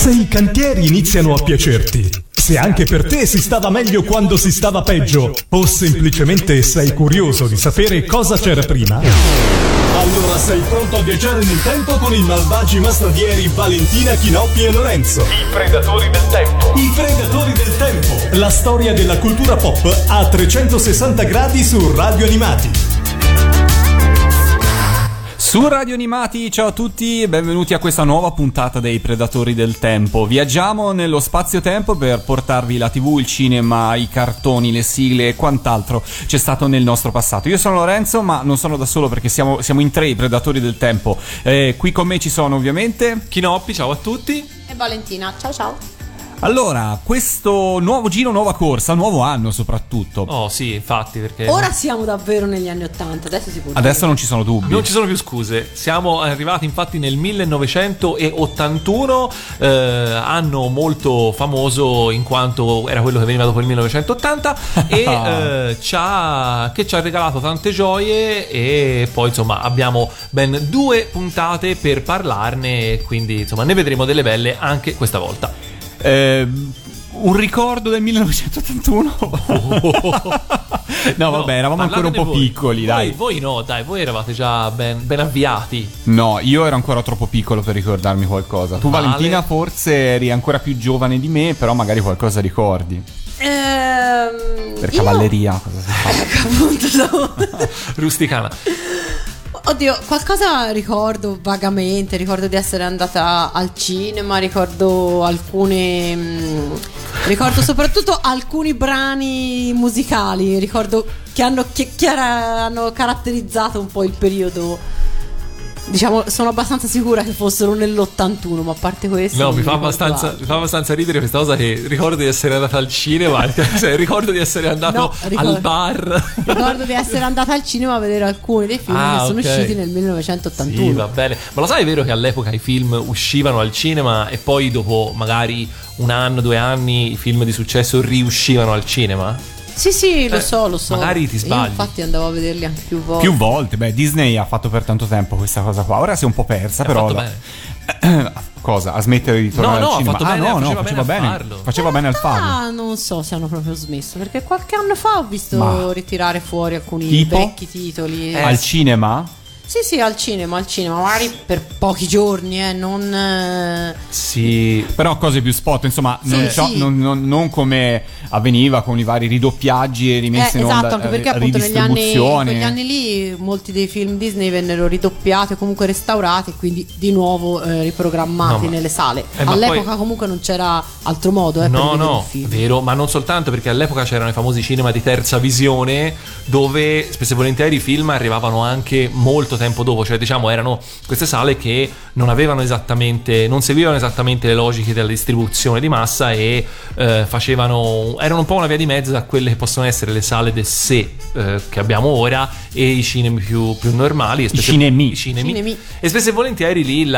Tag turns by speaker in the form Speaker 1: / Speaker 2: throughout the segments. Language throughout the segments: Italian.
Speaker 1: Se i cantieri iniziano a piacerti, se anche per te si stava meglio quando si stava peggio, o semplicemente sei curioso di sapere cosa c'era prima, allora sei pronto a viaggiare nel tempo con i malvagi mastradieri Valentina, Chinoppi e Lorenzo.
Speaker 2: I Predatori del Tempo.
Speaker 1: I Predatori del Tempo. La storia della cultura pop a 360 gradi su Radio Animati.
Speaker 3: Su Radio Animati, ciao a tutti e benvenuti a questa nuova puntata dei Predatori del Tempo. Viaggiamo nello spazio-tempo per portarvi la TV, il cinema, i cartoni, le sigle e quant'altro c'è stato nel nostro passato. Io sono Lorenzo, ma non sono da solo perché siamo in tre, i Predatori del Tempo. Qui con me ci sono ovviamente
Speaker 4: Chinoppi, ciao a tutti.
Speaker 5: E Valentina, ciao ciao.
Speaker 3: Allora, questo nuovo giro, nuova corsa, nuovo anno soprattutto.
Speaker 4: Oh sì, infatti, perché
Speaker 5: Ora siamo davvero negli anni '80, adesso si può dire.
Speaker 3: Adesso non ci sono dubbi.
Speaker 4: non ci sono più scuse. Siamo arrivati infatti nel 1981, anno molto famoso in quanto era quello che veniva dopo il 1980 e ci ha regalato tante gioie e poi insomma abbiamo ben 2 puntate per parlarne, quindi insomma ne vedremo delle belle anche questa volta.
Speaker 3: Un ricordo del 1981? No, vabbè, eravamo ancora un po' piccoli, dai.
Speaker 4: Voi no, dai, voi eravate già ben avviati.
Speaker 3: No, io ero ancora troppo piccolo per ricordarmi qualcosa. Tu, Valentina, forse eri ancora più giovane di me, però magari qualcosa ricordi. Per cavalleria, cosa si fa?
Speaker 5: Appunto,
Speaker 4: Rusticana.
Speaker 5: oddio, qualcosa ricordo vagamente, ricordo di essere andata al cinema, ricordo soprattutto alcuni brani musicali, ricordo che hanno caratterizzato un po' il periodo. Diciamo, sono abbastanza sicura che fossero nell'81, ma a parte questo.
Speaker 4: No, mi fa abbastanza ridere questa cosa che ricordo di essere andata al cinema, ricordo di essere andato al bar.
Speaker 5: Ricordo di essere andata al cinema a vedere alcuni dei film che sono usciti nel 1981.
Speaker 4: Sì, va bene. Ma lo sai, è vero che all'epoca i film uscivano al cinema e poi dopo magari 1 anno, 2 anni i film di successo riuscivano al cinema?
Speaker 5: Sì, lo so.
Speaker 4: Magari ti sbagli.
Speaker 5: Io infatti andavo a vederli anche più volte.
Speaker 3: Più volte, beh, Disney ha fatto per tanto tempo questa cosa qua. Ora si è un po' persa, però. Cosa? A smettere di tornare al cinema? Faceva bene. Faceva bene al farlo.
Speaker 5: Non so se hanno proprio smesso, perché qualche anno fa ho visto ritirare fuori alcuni vecchi titoli.
Speaker 3: Al cinema?
Speaker 5: Sì, al cinema, magari per pochi giorni, non.
Speaker 3: Sì, però cose più spot, insomma, non come avveniva con i vari ridoppiaggi e rimessi in onda,
Speaker 5: esatto, anche perché appunto negli anni lì molti dei film Disney vennero ridoppiati o comunque restaurati e quindi di nuovo riprogrammati nelle sale. All'epoca poi comunque non c'era altro modo per vedere il film.
Speaker 4: Vero, ma non soltanto, perché all'epoca c'erano i famosi cinema di terza visione dove spesso e volentieri i film arrivavano anche molto tempo dopo, cioè diciamo erano queste sale che non seguivano esattamente le logiche della distribuzione di massa e erano un po' una via di mezzo da quelle che possono essere le sale del sé che abbiamo ora e i cinemi più normali, i cinemi. E spesso e volentieri lì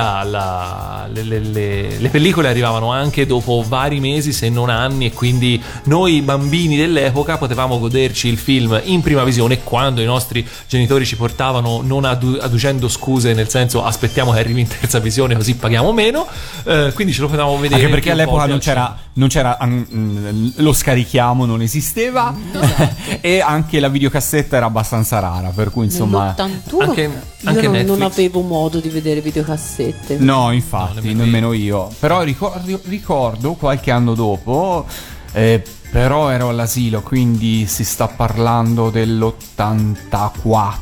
Speaker 4: le pellicole arrivavano anche dopo vari mesi se non anni, e quindi noi bambini dell'epoca potevamo goderci il film in prima visione quando i nostri genitori ci portavano, non adducendo scuse, nel senso aspettiamo che arrivi in terza visione così paghiamo meno, quindi ce lo potevamo vedere
Speaker 3: anche perché all'epoca non c'era lo scarichiamo, non esisteva, e anche la videocassetta era abbastanza rara, per cui insomma
Speaker 5: nell'81 io non avevo modo di vedere videocassette.
Speaker 3: No, infatti nemmeno io, però ricordo qualche anno dopo, però ero all'asilo, quindi si sta parlando dell'84.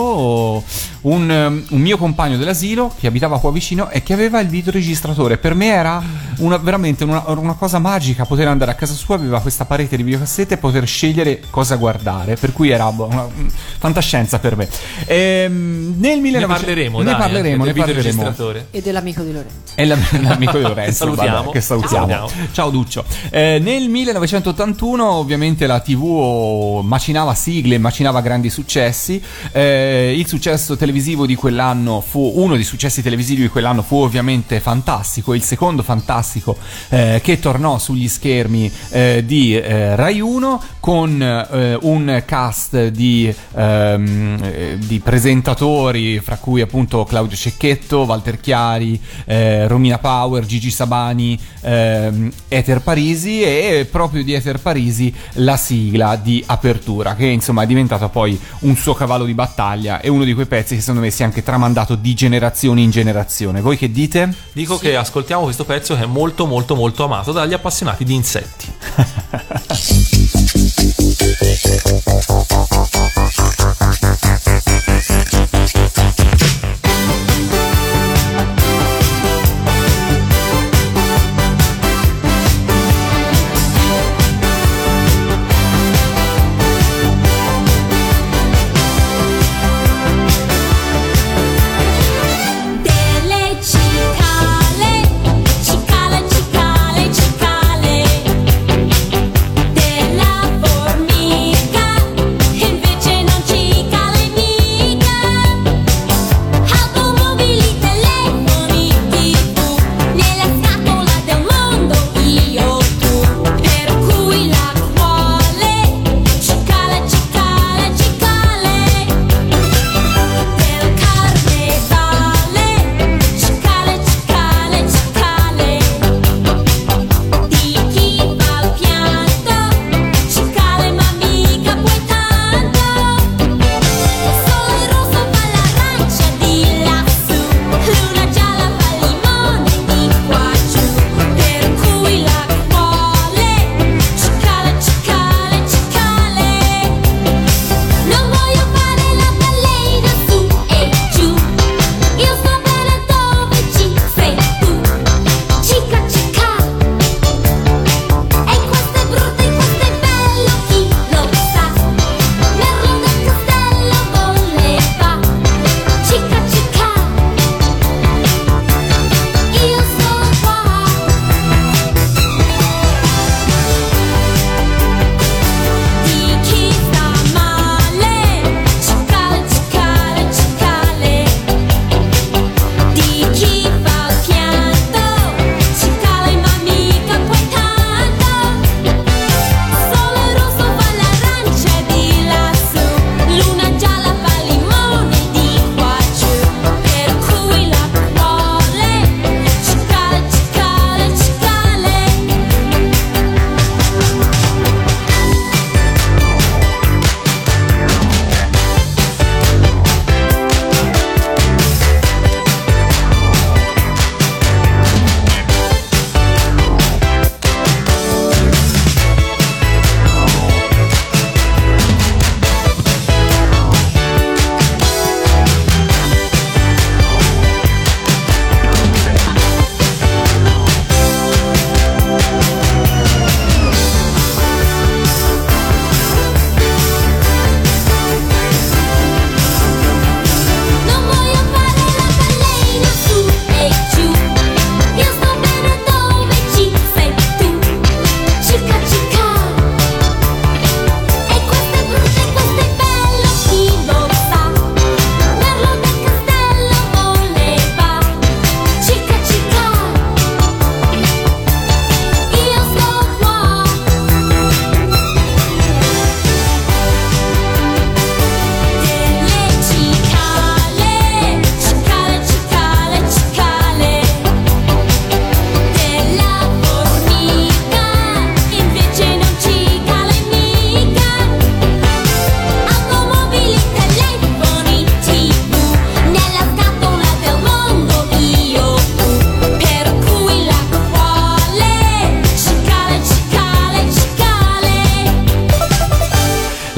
Speaker 3: Un mio compagno dell'asilo che abitava qua vicino e che aveva il videoregistratore. Per me era veramente una cosa magica poter andare a casa sua, aveva questa parete di videocassette e poter scegliere cosa guardare, per cui era una fantascienza per me. Nel 1900 ne parleremo.
Speaker 5: E dell'amico di Lorenzo.
Speaker 3: E l'amico di Lorenzo
Speaker 4: che salutiamo.
Speaker 3: Ciao Duccio. Nel 1981 1981 ovviamente la TV macinava sigle, macinava grandi successi. Il successo televisivo di quell'anno uno dei successi televisivi di quell'anno fu ovviamente Fantastico, il secondo Fantastico che tornò sugli schermi di Rai 1 con un cast di presentatori, fra cui appunto Claudio Cecchetto, Walter Chiari, Romina Power, Gigi Sabani, Ether Parisi, e proprio di Ether Parisi la sigla di apertura, che insomma è diventata poi un suo cavallo di battaglia e uno di quei pezzi che secondo me si è anche tramandato di generazione in generazione. Voi che dite?
Speaker 4: Dico che ascoltiamo questo pezzo che è molto molto molto amato dagli appassionati di insetti.
Speaker 6: Cicale, cicale, cicale,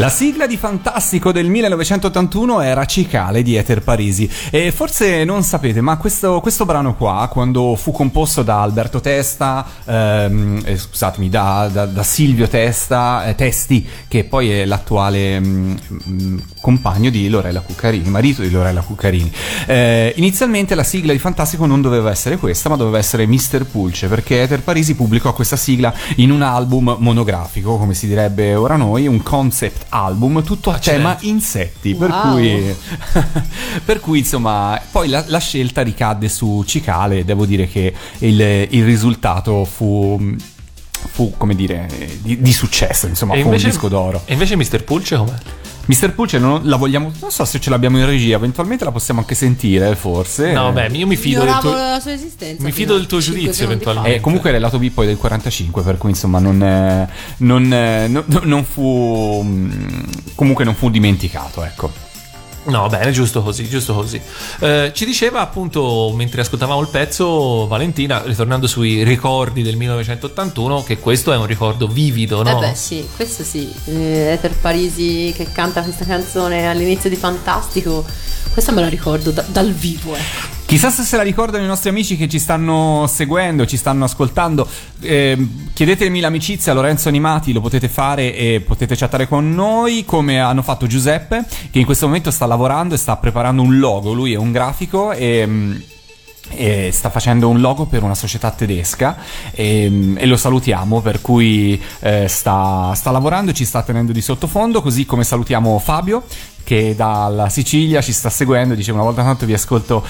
Speaker 3: La sigla di Fantastico del 1981 era Cicale di Eter Parisi. E forse non sapete, ma questo brano qua, quando fu composto da Alberto Testa, scusatemi, da Silvio Testi, che poi è l'attuale compagno di Lorella Cuccarini, marito di Lorella Cuccarini. Inizialmente la sigla di Fantastico non doveva essere questa, ma doveva essere Mr. Pulce, perché Eter Parisi pubblicò questa sigla in un album monografico, come si direbbe ora noi, un concept album tutto a tema insetti.
Speaker 5: Wow.
Speaker 3: per cui insomma poi la scelta ricadde su Cicale. Devo dire che il risultato fu come dire di successo, insomma, fu un disco d'oro.
Speaker 4: E invece Mr. Pulce com'è?
Speaker 3: Mr. Pulce non so se ce l'abbiamo in regia, eventualmente la possiamo anche sentire, forse.
Speaker 4: No, beh, io mi fido del tuo,
Speaker 5: la sua esistenza.
Speaker 4: Mi fido del tuo giudizio eventualmente.
Speaker 3: Comunque era il lato B poi del 45, per cui insomma non fu comunque non fu dimenticato, ecco.
Speaker 4: No, bene, giusto così. Ci diceva appunto, mentre ascoltavamo il pezzo, Valentina, ritornando sui ricordi del 1981, che questo è un ricordo vivido, no?
Speaker 5: Beh sì, questo sì. Eter Parisi che canta questa canzone all'inizio di Fantastico, questa me la ricordo dal vivo, ecco.
Speaker 3: Chissà se la ricordano i nostri amici che ci stanno seguendo, ci stanno ascoltando. Chiedetemi l'amicizia, Lorenzo Animati, lo potete fare e potete chattare con noi, come hanno fatto Giuseppe, che in questo momento sta lavorando e sta preparando un logo. Lui è un grafico e sta facendo un logo per una società tedesca e lo salutiamo, per cui sta lavorando e ci sta tenendo di sottofondo, così come salutiamo Fabio, che dalla Sicilia ci sta seguendo. Dice: una volta tanto vi ascolto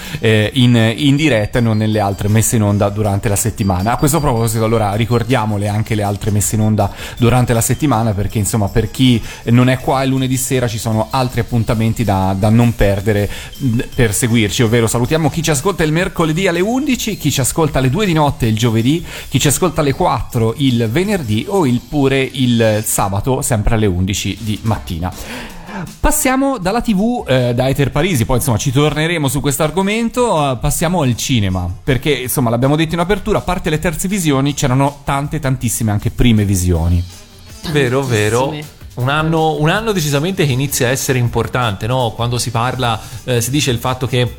Speaker 3: in diretta e non nelle altre messe in onda durante la settimana. A questo proposito, allora, ricordiamole anche le altre messe in onda durante la settimana, perché insomma, per chi non è qua il lunedì sera ci sono altri appuntamenti da non perdere per seguirci, ovvero salutiamo chi ci ascolta il mercoledì alle 11, chi ci ascolta alle 2 di notte il giovedì, chi ci ascolta alle 4 il venerdì o pure il sabato sempre alle 11 di mattina. Passiamo dalla TV da Eter Parisi, poi insomma ci torneremo su questo argomento. Passiamo al cinema, perché insomma l'abbiamo detto in apertura, a parte le terze visioni c'erano tantissime anche prime visioni.
Speaker 4: Vero. Un anno decisamente che inizia a essere importante, no? Quando si parla, si dice il fatto che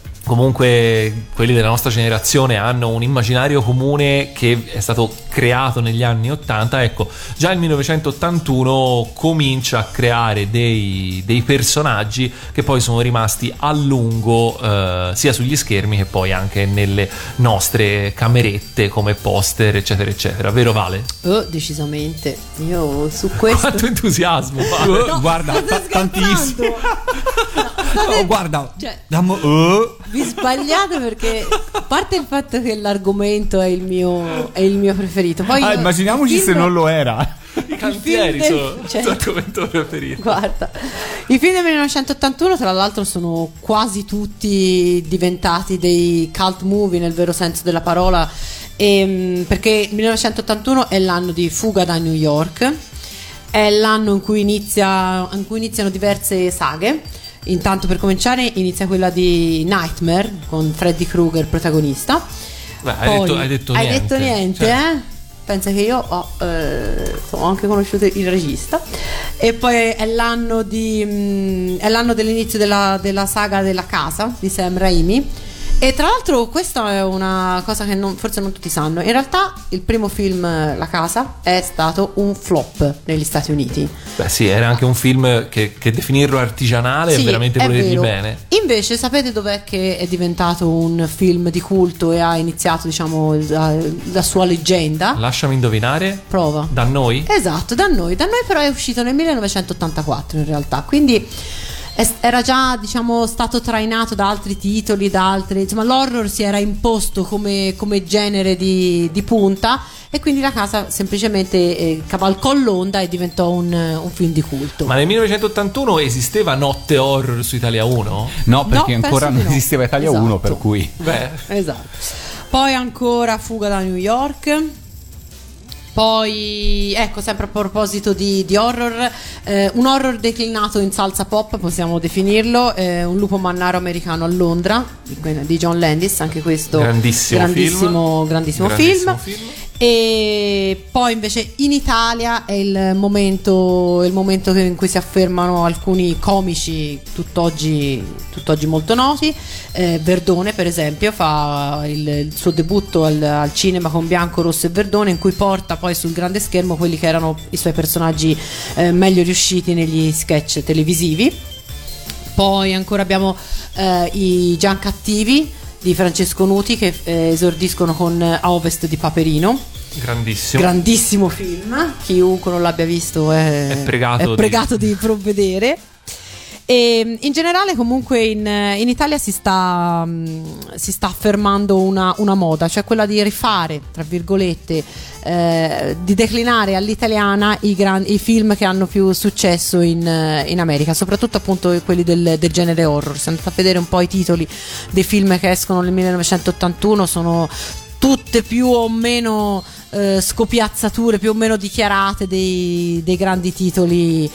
Speaker 4: comunque quelli della nostra generazione hanno un immaginario comune che è stato creato negli anni 80. Ecco, già il 1981 comincia a creare dei personaggi che poi sono rimasti a lungo sia sugli schermi che poi anche nelle nostre camerette come poster, eccetera eccetera. Vero, Vale?
Speaker 5: Decisamente. Io su questo
Speaker 4: quanto entusiasmo, Vale.
Speaker 3: No, guarda, tantissimo. Guarda,
Speaker 5: cioè,
Speaker 3: vi
Speaker 5: sbagliate, perché a parte il fatto che l'argomento è il mio preferito, poi
Speaker 3: immaginiamoci se non lo era.
Speaker 4: I cantieri sono l'argomento preferito.
Speaker 5: Guarda, i film del 1981 tra l'altro sono quasi tutti diventati dei cult movie nel vero senso della parola, perché il 1981 è l'anno di Fuga da New York, è l'anno in cui iniziano diverse saghe. Intanto, per cominciare, inizia quella di Nightmare con Freddy Krueger protagonista.
Speaker 4: Beh, hai detto niente,
Speaker 5: cioè. Pensa che io ho anche conosciuto il regista. E poi è l'anno dell'inizio della saga della casa di Sam Raimi. E tra l'altro questa è una cosa che forse non tutti sanno. In realtà il primo film, La casa, è stato un flop negli Stati Uniti.
Speaker 4: Beh sì, era anche un film che definirlo artigianale è veramente volergli bene.
Speaker 5: Invece sapete dov'è che è diventato un film di culto e ha iniziato, diciamo, la sua leggenda?
Speaker 4: Lasciami indovinare.
Speaker 5: Prova.
Speaker 4: Da noi?
Speaker 5: Esatto, da noi però è uscito nel 1984 in realtà, quindi era già, diciamo, stato trainato da altri titoli, insomma l'horror si era imposto come genere di punta, e quindi La casa semplicemente cavalcò l'onda e diventò un film di culto.
Speaker 4: Ma nel 1981 esisteva Notte Horror su Italia 1?
Speaker 3: No, perché ancora non esisteva Italia 1, per cui
Speaker 5: esatto. Poi ancora Fuga da New York. Poi, ecco, sempre a proposito di horror, un horror declinato in salsa pop, possiamo definirlo, Un lupo mannaro americano a Londra di John Landis, anche questo grandissimo film. E poi invece in Italia è il momento in cui si affermano alcuni comici tutt'oggi molto noti. Verdone per esempio fa il suo debutto al cinema con Bianco, Rosso e Verdone, in cui porta poi sul grande schermo quelli che erano i suoi personaggi meglio riusciti negli sketch televisivi. Poi ancora abbiamo i Giancattivi di Francesco Nuti che esordiscono con A Ovest di Paperino. Grandissimo film, chiunque non l'abbia visto è pregato di provvedere. E in generale comunque in Italia si sta affermando una moda, cioè quella di rifare, tra virgolette, di declinare all'italiana i film che hanno più successo in America, soprattutto appunto quelli del genere horror. Se andate a vedere un po' i titoli dei film che escono nel 1981 sono tutte più o meno scopiazzature più o meno dichiarate dei grandi titoli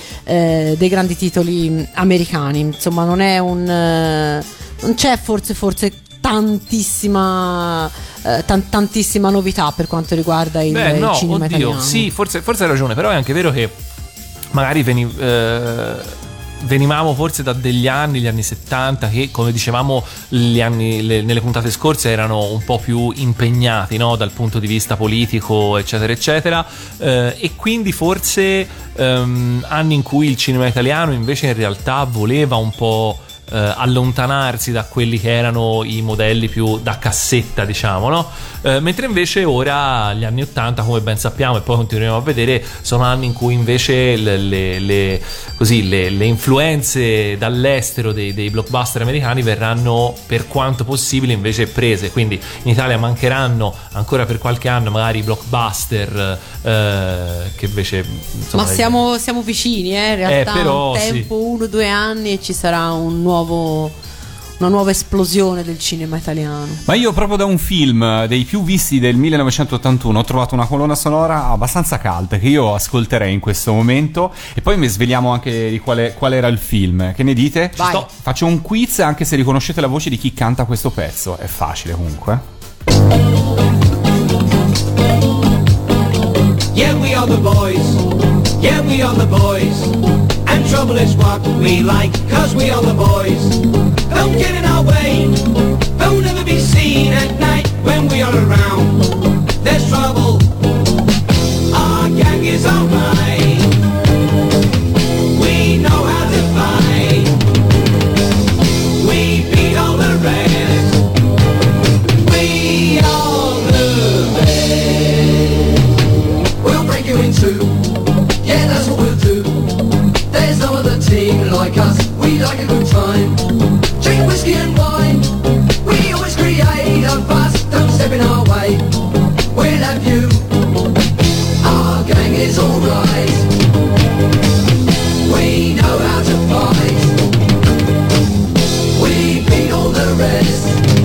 Speaker 5: americani. Insomma, non c'è forse tantissima novità per quanto riguarda il cinema italiano.
Speaker 4: Sì, forse hai ragione, però è anche vero che magari venivamo forse da gli anni 70 che, come dicevamo nelle puntate scorse, erano un po' più impegnati, no? Dal punto di vista politico eccetera eccetera, e quindi forse anni in cui il cinema italiano invece in realtà voleva un po' allontanarsi da quelli che erano i modelli più da cassetta, diciamo, no? Mentre invece ora gli anni 80, come ben sappiamo e poi continueremo a vedere, sono anni in cui invece le influenze dall'estero dei blockbuster americani verranno per quanto possibile invece prese. Quindi in Italia mancheranno ancora per qualche anno magari i blockbuster che invece
Speaker 5: insomma, ma siamo vicini, in realtà
Speaker 4: però,
Speaker 5: un tempo, sì. 1 o 2 anni e ci sarà una nuova esplosione del cinema italiano.
Speaker 3: Ma io proprio da un film dei più visti del 1981 ho trovato una colonna sonora abbastanza cult che io ascolterei in questo momento, e poi mi sveliamo anche di qual era il film. Che ne dite? Faccio un quiz, anche se riconoscete la voce di chi canta questo pezzo. È facile comunque.
Speaker 6: Yeah, we are the boys. Yeah, we are the boys. And trouble is what we like, 'cause we are the boys. Don't get in our way. Don't ever be seen at night when we are around. There's trouble. Our gang is alright. We know how to fight. We beat all the rest. We are the best. We'll break you in two. Yeah, that's what we'll do. There's no other team like us. We like a good time. Drink whiskey and wine. We always create a fuss. Don't step in our way. We'll have you. Our gang is alright. We know how to fight. We beat all the rest.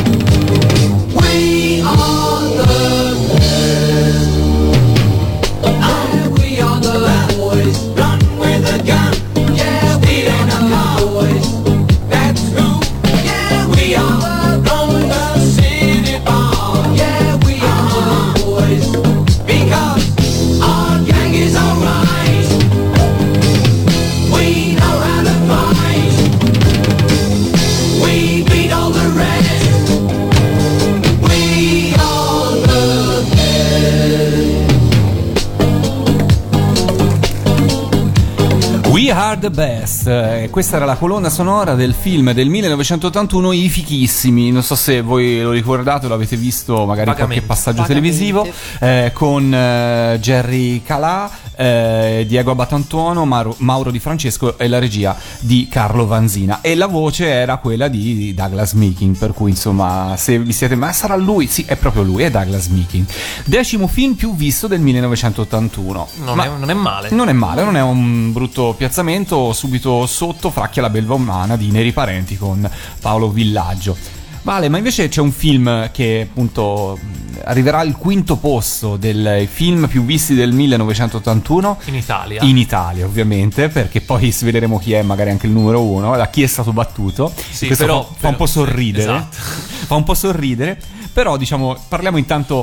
Speaker 6: We are the best. And we are the boys. Run with a gun. Yeah, we are the boys. That's who. Yeah, we are. From the city bar. Yeah, we are the boys. Because our gang is alright. We know how to fight. We beat all the rest. We are the best.
Speaker 3: We Are the Best. Questa era la colonna sonora del film del 1981 I Fichissimi. Non so se voi lo ricordate o l'avete visto magari in qualche passaggio televisivo, con Jerry Calà, Diego Abbatantuono, Mauro Di Francesco e la regia di Carlo Vanzina, e la voce era quella di Douglas Meeking, per cui insomma se vi siete ma sarà lui, sì, è proprio lui, è Douglas Meeking. 10° film più visto del 1981.
Speaker 4: Non è male,
Speaker 3: non è un brutto piazzamento. Subito sotto Fracchia la belva umana di Neri Parenti con Paolo Villaggio. Vale, ma invece c'è un film che appunto arriverà al 5° posto dei film più visti del 1981
Speaker 4: in
Speaker 3: Italia ovviamente, perché poi sveleremo chi è magari anche il numero 1, da chi è stato battuto.
Speaker 4: Sì,
Speaker 3: questo fa un po' sorridere.
Speaker 4: Esatto.
Speaker 3: Fa un po' sorridere, però diciamo parliamo intanto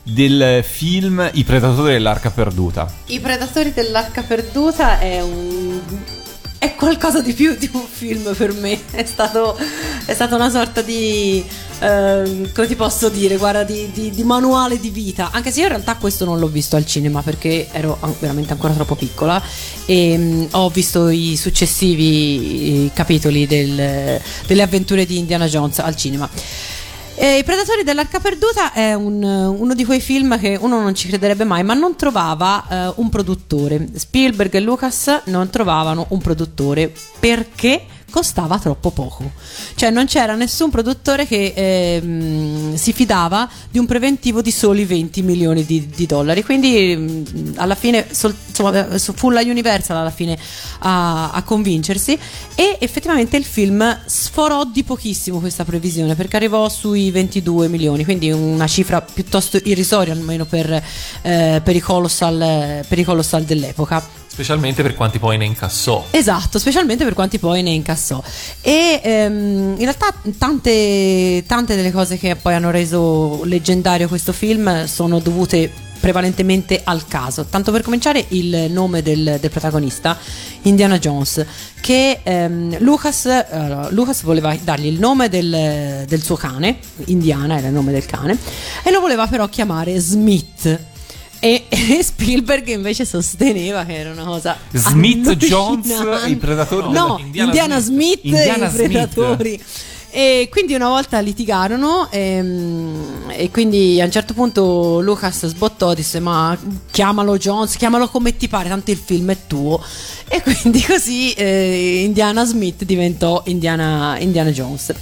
Speaker 3: del film I Predatori dell'Arca Perduta.
Speaker 5: I Predatori dell'Arca Perduta è qualcosa di più di un film per me. È stato una sorta di come ti posso dire, guarda, di manuale di vita. Anche se io in realtà questo non l'ho visto al cinema perché ero veramente ancora troppo piccola, e ho visto i successivi capitoli delle avventure di Indiana Jones al cinema. I Predatori dell'Arca Perduta è uno di quei film che uno non ci crederebbe mai, ma non trovava un produttore. Spielberg e Lucas non trovavano un produttore perché costava troppo poco. Cioè non c'era nessun produttore che si fidava di un preventivo di soli 20 milioni di dollari. Quindi alla fine fu la Universal alla fine a convincersi, e effettivamente il film sforò di pochissimo questa previsione, perché arrivò sui 22 milioni, quindi una cifra piuttosto irrisoria almeno per i colossal dell'epoca.
Speaker 4: Specialmente per quanti poi ne incassò.
Speaker 5: Esatto, specialmente per quanti poi ne incassò. E in realtà tante delle cose che poi hanno reso leggendario questo film sono dovute prevalentemente al caso. Tanto per cominciare, il nome del protagonista, Indiana Jones, che Lucas voleva dargli il nome del suo cane, Indiana era il nome del cane, e lo voleva però chiamare Smith. E Spielberg invece sosteneva che era una cosa
Speaker 3: Smith Jones, i Predatori.
Speaker 5: No, Indiana Smith e i Predatori. E quindi una volta litigarono, e quindi a un certo punto Lucas sbottò, disse: ma chiamalo Jones, chiamalo come ti pare, tanto il film è tuo. E quindi così Indiana Smith diventò Indiana Jones.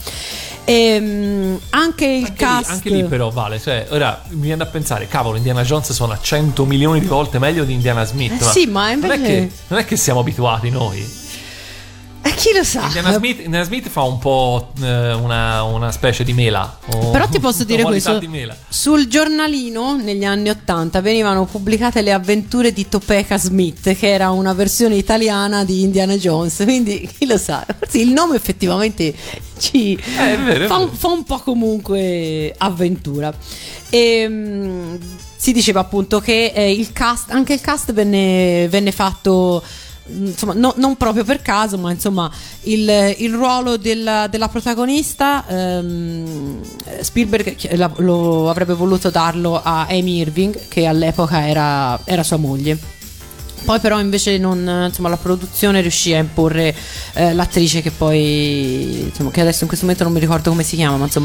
Speaker 5: Anche cast,
Speaker 4: anche lì però vale, cioè ora mi viene a pensare, cavolo, Indiana Jones suona 100 milioni di volte meglio di Indiana Smith, ma
Speaker 5: sì, ma invece
Speaker 4: non è che siamo abituati noi.
Speaker 5: Chi lo sa?
Speaker 4: Indiana Smith fa un po' una specie di mela.
Speaker 5: Però ti posso dire questo: sul giornalino negli anni *80 venivano pubblicate le avventure di Topeka Smith, che era una versione italiana di Indiana Jones. Quindi chi lo sa? Forse il nome effettivamente ci fa un po' comunque avventura. E si diceva appunto che anche il cast venne fatto, insomma, non proprio per caso, ma insomma il ruolo della protagonista Spielberg lo avrebbe voluto darlo a Amy Irving, che all'epoca era sua moglie. Poi però invece la produzione riuscì a imporre l'attrice che poi, insomma, che adesso in questo momento non mi ricordo come si chiama, ma insomma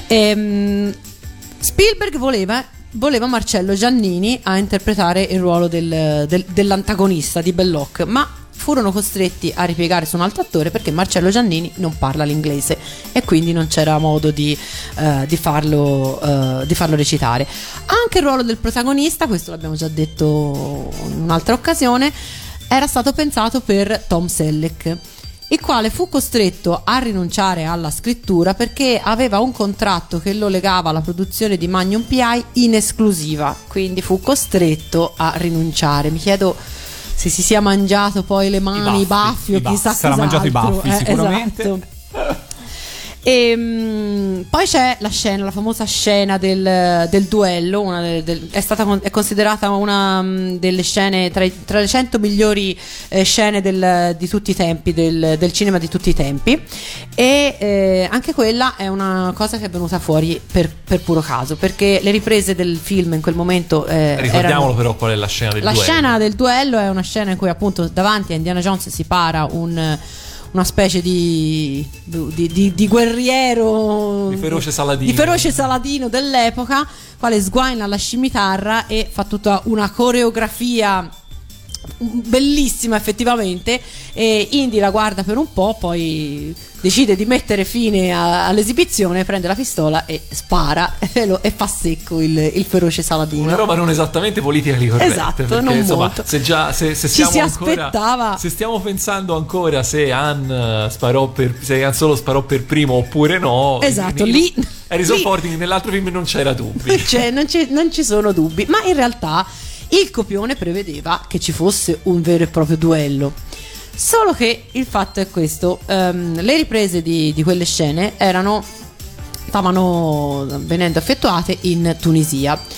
Speaker 5: Spielberg voleva Marcello Giannini a interpretare il ruolo dell'antagonista di Belloc, ma furono costretti a ripiegare su un altro attore perché Marcello Giannini non parla l'inglese e quindi non c'era modo di farlo recitare. Anche il ruolo del protagonista, questo l'abbiamo già detto in un'altra occasione, era stato pensato per Tom Selleck, il quale fu costretto a rinunciare alla scrittura perché aveva un contratto che lo legava alla produzione di Magnum PI in esclusiva, quindi fu costretto a rinunciare. Mi chiedo se si sia mangiato poi le mani, i baffi o chissà cos'altro.
Speaker 3: Sarà mangiato i baffi sicuramente.
Speaker 5: Esatto. E poi c'è la famosa scena del duello, è considerata una delle scene tra le 100 migliori scene di tutti i tempi del cinema di tutti i tempi, e anche quella è una cosa che è venuta fuori per puro caso, perché le riprese del film in quel momento
Speaker 4: ricordiamolo però qual è la scena del duello.
Speaker 5: La scena del duello è una scena in cui appunto davanti a Indiana Jones si para una specie di guerriero, di feroce saladino dell'epoca, quale sguaina la scimitarra e fa tutta una coreografia bellissima effettivamente, e Indy la guarda per un po', poi decide di mettere fine all'esibizione, prende la pistola e spara e fa secco il feroce saladino. Una
Speaker 4: roba non esattamente politically corretta,
Speaker 5: esatto,
Speaker 4: perché
Speaker 5: non
Speaker 4: insomma
Speaker 5: molto.
Speaker 4: se siamo
Speaker 5: si
Speaker 4: ancora,
Speaker 5: aspettava,
Speaker 4: se stiamo pensando ancora se Han Solo sparò per primo oppure no,
Speaker 5: esatto,
Speaker 4: lì Harrison Ford nell'altro film non c'era dubbi,
Speaker 5: non ci sono dubbi, ma in realtà il copione prevedeva che ci fosse un vero e proprio duello. Solo che il fatto è questo: le riprese di quelle scene stavano venendo effettuate in Tunisia,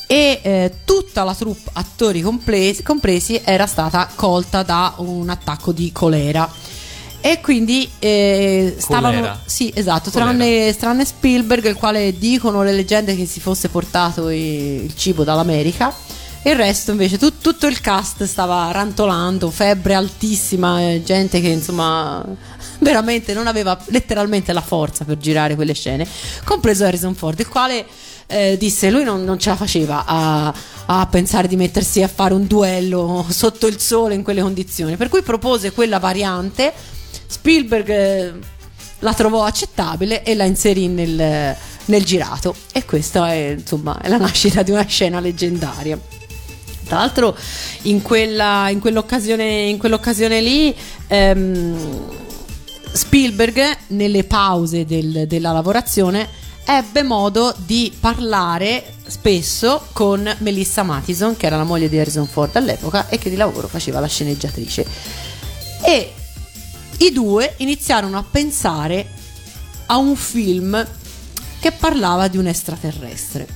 Speaker 5: e tutta la troupe, attori compresi, era stata colta da un attacco di colera. E quindi stavano, sì, esatto, tranne Spielberg, il quale dicono le leggende che si fosse portato il cibo dall'America. Il resto invece tutto il cast stava rantolando, febbre altissima, gente che insomma veramente non aveva letteralmente la forza per girare quelle scene, compreso Harrison Ford, il quale disse lui non ce la faceva a pensare di mettersi a fare un duello sotto il sole in quelle condizioni, per cui propose quella variante. Spielberg la trovò accettabile e la inserì nel girato, e questa è insomma è la nascita di una scena leggendaria. Tra l'altro in quell'occasione lì Spielberg nelle pause della lavorazione ebbe modo di parlare spesso con Melissa Mathison, che era la moglie di Harrison Ford all'epoca e che di lavoro faceva la sceneggiatrice, e i due iniziarono a pensare a un film che parlava di un extraterrestre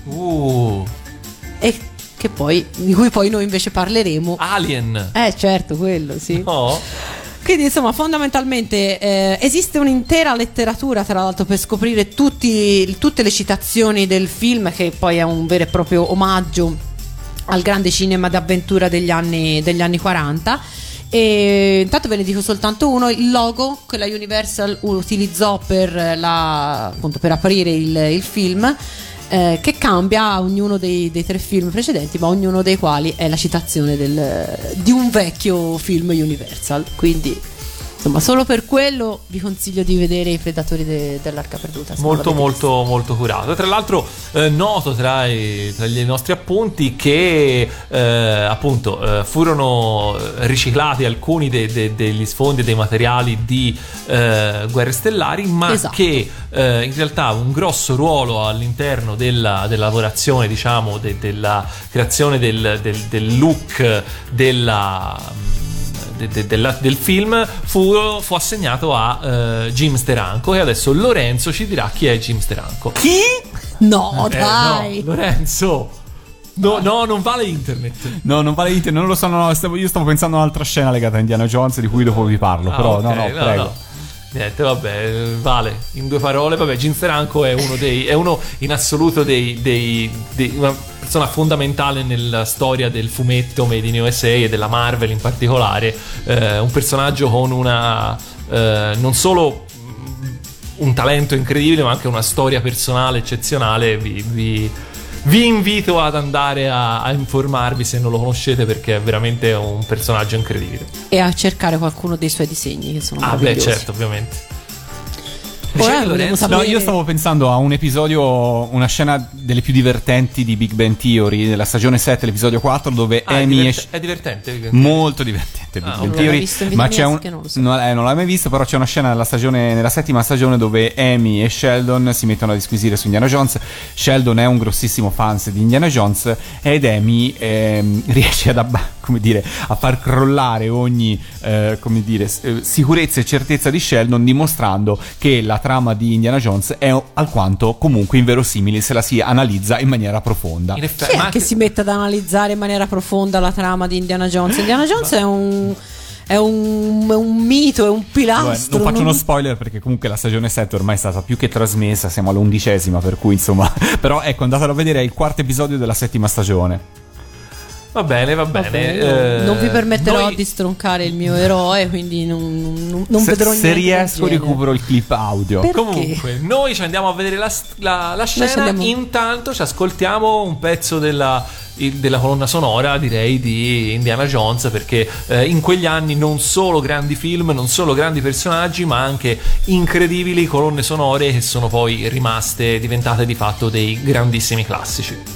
Speaker 5: e di cui poi noi invece parleremo.
Speaker 4: Alien.
Speaker 5: Certo, quello, sì.
Speaker 4: No.
Speaker 5: Quindi insomma fondamentalmente esiste un'intera letteratura tra l'altro per scoprire tutte le citazioni del film, che poi è un vero e proprio omaggio al grande cinema d'avventura degli anni 40. E intanto ve ne dico soltanto uno: il logo che la Universal utilizzò per aprire il film, che cambia a ognuno dei 3 film precedenti, ma ognuno dei quali è la citazione di un vecchio film Universal. Quindi insomma solo per quello vi consiglio di vedere I Predatori dell'Arca Perduta.
Speaker 4: Molto molto molto curato. Tra l'altro noto tra i nostri appunti che appunto furono riciclati alcuni degli sfondi e dei materiali di Guerre Stellari, ma esatto, che in realtà un grosso ruolo all'interno della lavorazione, diciamo, della creazione del look del film fu assegnato a Jim Steranko, e adesso Lorenzo ci dirà chi è Jim Steranko.
Speaker 5: Chi? No, dai.
Speaker 4: No, Lorenzo. No, non vale internet.
Speaker 3: No, non vale internet, non lo so. Io stavo pensando a un'altra scena legata a Indiana Jones di cui dopo vi parlo. Però
Speaker 4: okay,
Speaker 3: no, prego.
Speaker 4: No. Niente, vabbè, vale. In 2 parole, vabbè, Jim Steranko è uno in assoluto una persona fondamentale nella storia del fumetto Made in USA e della Marvel in particolare. Un personaggio con non solo un talento incredibile, ma anche una storia personale eccezionale. Vi invito ad andare a informarvi se non lo conoscete, perché è veramente un personaggio incredibile.
Speaker 5: E a cercare qualcuno dei suoi disegni, che sono meravigliosi.
Speaker 4: Beh, certo, ovviamente.
Speaker 3: No, io stavo pensando a un episodio, una scena delle più divertenti di Big Bang Theory, della stagione 7, l'episodio 4, dove Amy
Speaker 4: è divertente,
Speaker 3: molto divertente Big Bang Theory, ma c'è non l'hai mai visto, però c'è una scena nella 7ª stagione dove Amy e Sheldon si mettono a disquisire su Indiana Jones. Sheldon è un grossissimo fan di Indiana Jones ed Amy riesce a far crollare ogni sicurezza e certezza di Sheldon, dimostrando che la trama di Indiana Jones è alquanto comunque inverosimile se la si analizza in maniera profonda.
Speaker 5: Chi è che si mette ad analizzare in maniera profonda la trama di Indiana Jones? Indiana Jones è un mito, è un pilastro.
Speaker 3: Non faccio uno spoiler, perché comunque la stagione 7 ormai è stata più che trasmessa, siamo all'11ª, per cui insomma. Però ecco, andatelo a vedere, è il 4º episodio della 7ª stagione.
Speaker 4: Va bene.
Speaker 5: Non vi permetterò di stroncare il mio eroe, quindi non vedrò niente.
Speaker 3: Se riesco recupero il clip audio.
Speaker 5: Perché?
Speaker 4: Comunque noi ci andiamo a vedere la scena. Intanto ci ascoltiamo un pezzo della colonna sonora, direi, di Indiana Jones, perché in quegli anni non solo grandi film, non solo grandi personaggi, ma anche incredibili colonne sonore che sono poi diventate di fatto dei grandissimi classici.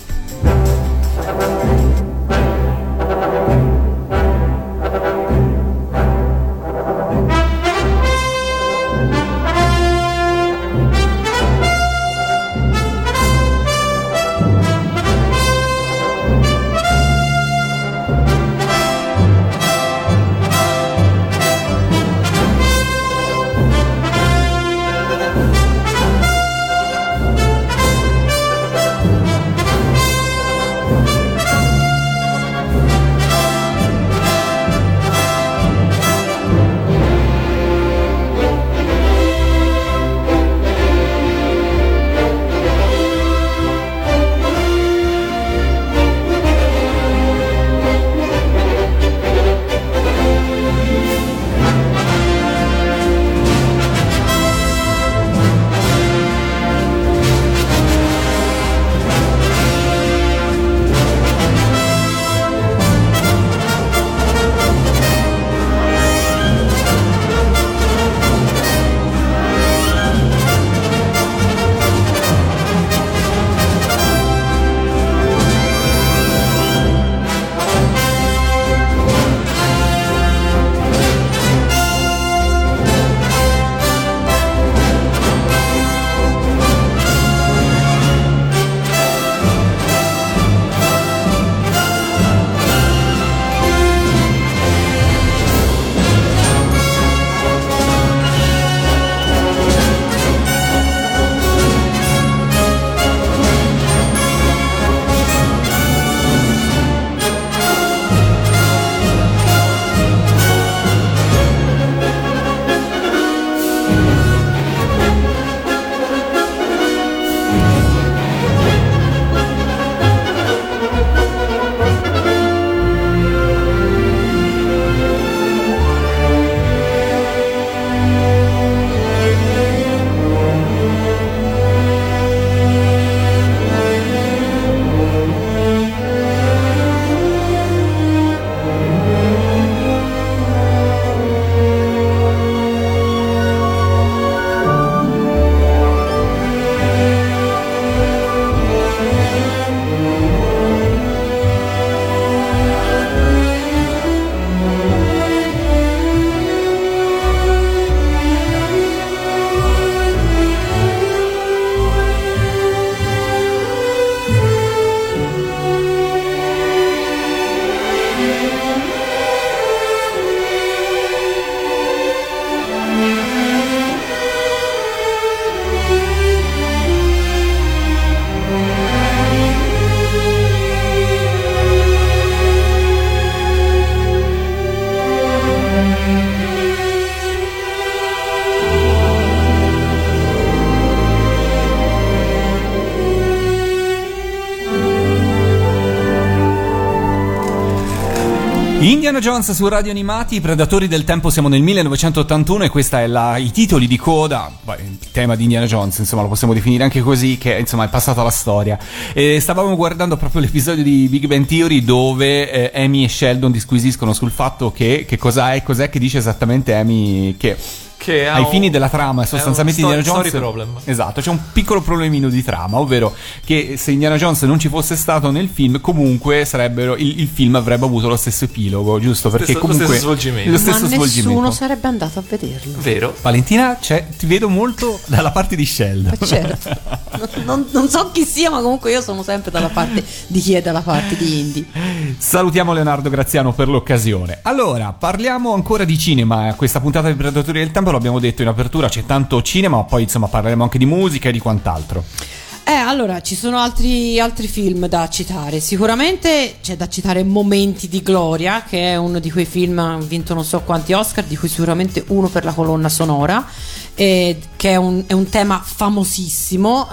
Speaker 3: Indiana Jones su Radio Animati, Predatori del Tempo, siamo nel 1981 e questa è i titoli di coda, il tema di Indiana Jones, insomma lo possiamo definire anche così, che insomma è passato alla storia. E stavamo guardando proprio l'episodio di Big Bang Theory dove Amy e Sheldon disquisiscono sul fatto che cos'è che dice esattamente Amy, che ai fini della trama sostanzialmente Indiana Jones
Speaker 4: problem.
Speaker 3: Esatto, c'è un piccolo problemino di trama, ovvero che se Indiana Jones non ci fosse stato nel film comunque il film avrebbe avuto lo stesso epilogo, giusto? Perché comunque
Speaker 4: lo stesso svolgimento.
Speaker 5: Ma nessuno sarebbe andato a vederlo.
Speaker 4: Vero?
Speaker 3: Valentina, ti vedo molto dalla parte di Sheldon.
Speaker 5: Certo. non so chi sia, ma comunque io sono sempre dalla parte di chi è dalla parte di Indy.
Speaker 3: Salutiamo Leonardo Graziano per l'occasione. Allora, parliamo ancora di cinema. Questa puntata di Predatori del Tempo, l'abbiamo detto in apertura, c'è tanto cinema, ma poi insomma parleremo anche di musica e di quant'altro.
Speaker 5: Allora, ci sono altri film da citare. Sicuramente c'è da citare Momenti di Gloria, che è uno di quei film, ha vinto non so quanti Oscar, di cui sicuramente uno per la colonna sonora, che è un tema famosissimo,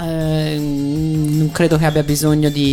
Speaker 5: non credo che abbia bisogno di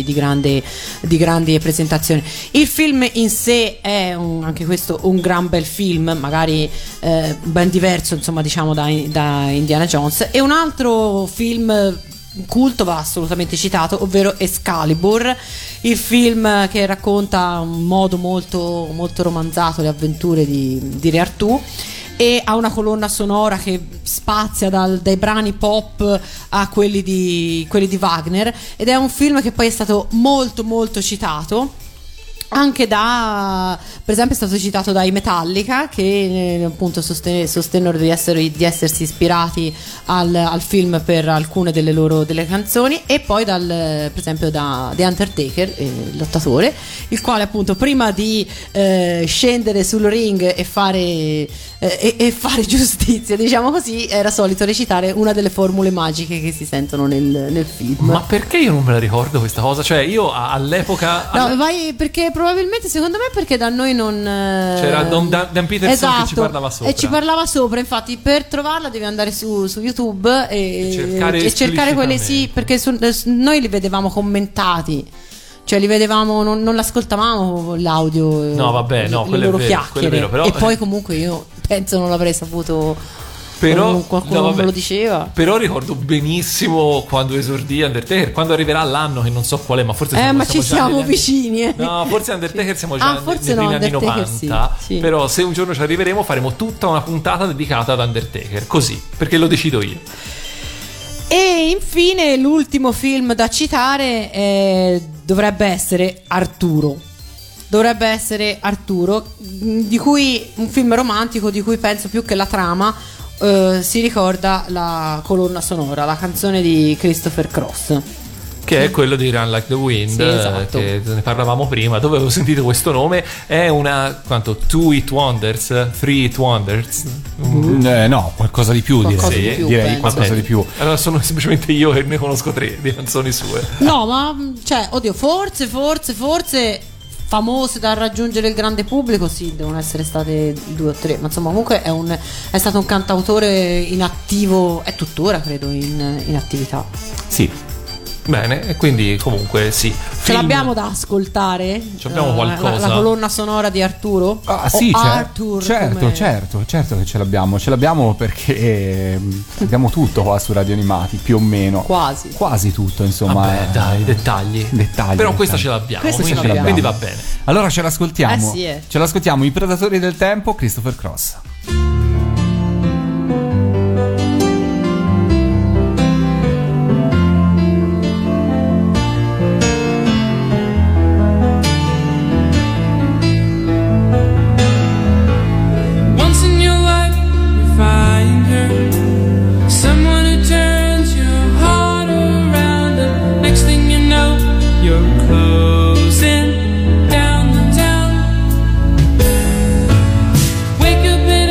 Speaker 5: grandi presentazioni. Il film in sé è anche questo un gran bel film, magari ben diverso insomma diciamo da Indiana Jones. E un altro film culto va assolutamente citato, ovvero Excalibur, il film che racconta in modo molto, molto romanzato le avventure di Re Artù, e ha una colonna sonora che spazia dai brani pop a quelli di Wagner, ed è un film che poi è stato molto molto citato anche per esempio è stato citato dai Metallica, che appunto sostennero di essersi ispirati al film per alcune delle canzoni, e poi per esempio da The Undertaker, il lottatore, il quale appunto prima di scendere sul ring e fare giustizia, diciamo così, era solito recitare una delle formule magiche che si sentono nel film.
Speaker 4: Ma perché io non me la ricordo questa cosa? Cioè io all'epoca
Speaker 5: perché probabilmente, secondo me, perché da noi non
Speaker 4: c'era Dan Peterson, esatto, che ci parlava sopra.
Speaker 5: E ci parlava sopra, infatti per trovarla devi andare su YouTube e cercare quelle, sì, perché noi li vedevamo commentati. Cioè li vedevamo, non l'ascoltavamo l'audio.
Speaker 4: No, vabbè, no,
Speaker 5: le loro chiacchiere.
Speaker 4: Vero, però...
Speaker 5: E poi comunque io penso non l'avrei saputo.
Speaker 4: Però
Speaker 5: qualcuno me lo diceva.
Speaker 4: Però ricordo benissimo quando esordì Undertaker, quando arriverà l'anno che non so qual è, ma forse
Speaker 5: ma ci siamo vicini.
Speaker 4: No, forse Undertaker siamo già nei primi anni 90. Sì. Però se un giorno ci arriveremo faremo tutta una puntata dedicata ad Undertaker, così, perché lo decido io.
Speaker 5: E infine l'ultimo film da citare dovrebbe essere Arturo, di cui un film romantico di cui penso più che la trama si ricorda la colonna sonora, la canzone di Christopher Cross,
Speaker 4: che è quello di Run Like the Wind,
Speaker 5: sì, esatto,
Speaker 4: che ne parlavamo prima, dove avevo sentito questo nome. È una 2 It Wonders, 3 It Wonders?
Speaker 3: No, qualcosa di più, direi qualcosa di più.
Speaker 4: Allora sono semplicemente io che ne conosco 3 di canzoni sue.
Speaker 5: No, ma cioè, oddio, forse famose da raggiungere il grande pubblico, sì, devono essere state 2 o 3, ma insomma comunque è stato un cantautore in attivo, è tuttora credo in attività.
Speaker 3: Sì.
Speaker 4: Bene, e quindi comunque sì.
Speaker 5: Ce l'abbiamo da ascoltare?
Speaker 4: Abbiamo qualcosa?
Speaker 5: La colonna sonora di Arturo?
Speaker 3: Ah, sì, certo che ce l'abbiamo perché abbiamo tutto qua su Radio Animati, più o meno. Quasi tutto, insomma.
Speaker 4: Vabbè, dai, dettagli. Però questa ce l'abbiamo, quindi va bene.
Speaker 3: Allora ce l'ascoltiamo.
Speaker 5: Sì,
Speaker 3: Ce l'ascoltiamo, I Predatori del Tempo, Christopher Cross.
Speaker 7: Wake up in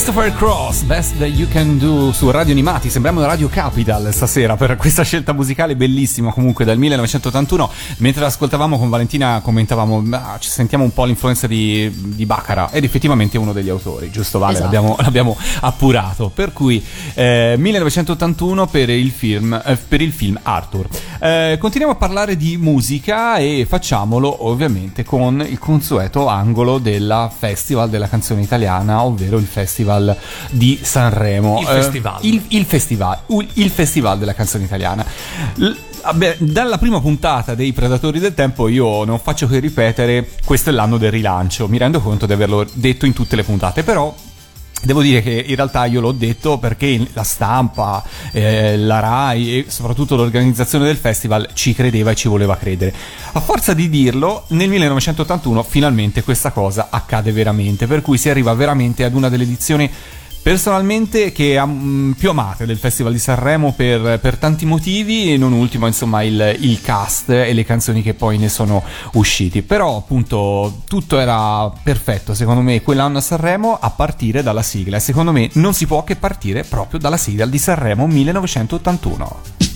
Speaker 3: Christopher Cross, Best That You Can Do su Radio Animati. Sembriamo una Radio Capital stasera per questa scelta musicale bellissima, comunque dal 1981. Mentre l'ascoltavamo con Valentina commentavamo, ci sentiamo un po' l'influenza di Baccarat, ed effettivamente è uno degli autori, giusto Vale?
Speaker 5: Esatto.
Speaker 3: L'abbiamo appurato. Per cui 1981 per il film Arthur. Continuiamo a parlare di musica e facciamolo ovviamente con il consueto angolo della Festival della canzone italiana, ovvero il Festival di Sanremo. Il festival della canzone italiana. Dalla prima puntata dei Predatori del Tempo io non faccio che ripetere: questo è l'anno del rilancio. Mi rendo conto di averlo detto in tutte le puntate, però devo dire che in realtà io l'ho detto perché la stampa, la RAI e soprattutto l'organizzazione del festival ci credeva e ci voleva credere. A forza di dirlo, nel 1981 finalmente questa cosa accade veramente, per cui si arriva veramente ad una delle edizioni personalmente che più amate del Festival di Sanremo per tanti motivi, e non ultimo insomma il cast e le canzoni che poi ne sono usciti. Però appunto tutto era perfetto secondo me quell'anno a Sanremo, a partire dalla sigla, e secondo me non si può che partire proprio dalla sigla di Sanremo 1981.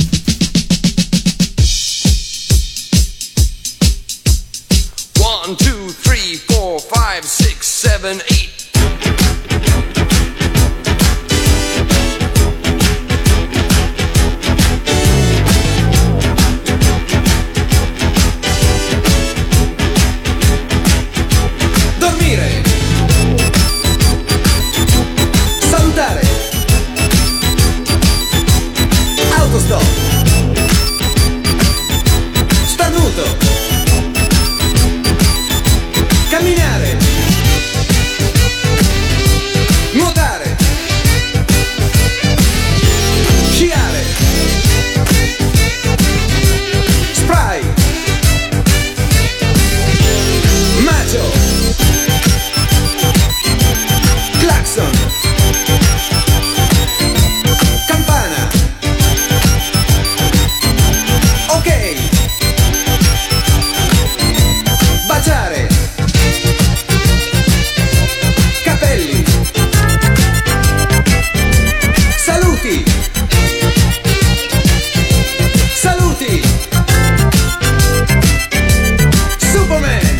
Speaker 2: 1, 2, 3, 4, 5, 6, 7, 8.
Speaker 6: Salutare, autostop, starnuto, camminare, nuotare, sciare, spray, macio, clacson, campana, ok, baciare, capelli, saluti, saluti, Superman.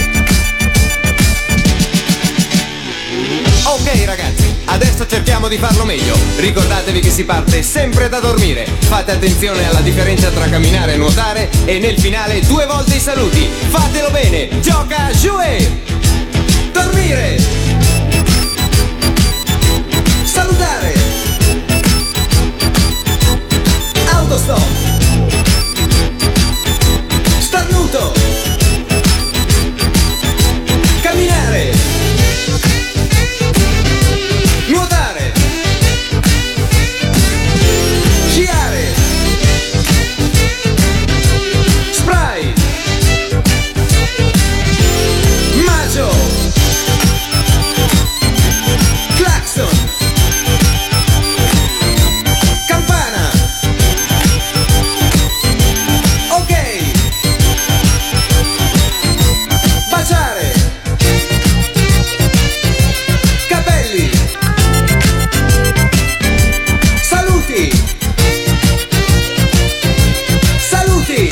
Speaker 7: Ok ragazzi, adesso cerchiamo di farlo meglio. Ricordatevi che si parte sempre da dormire. Fate attenzione alla differenza tra camminare e nuotare, e nel finale 2 volte i saluti. Fatelo bene, gioca, jouet!
Speaker 6: Dormire, salutare, autostop, starnuto, camminare, nuotare, sciare, spray, macio, clacson, campana, ok, baciare, capelli, saluti, saluti,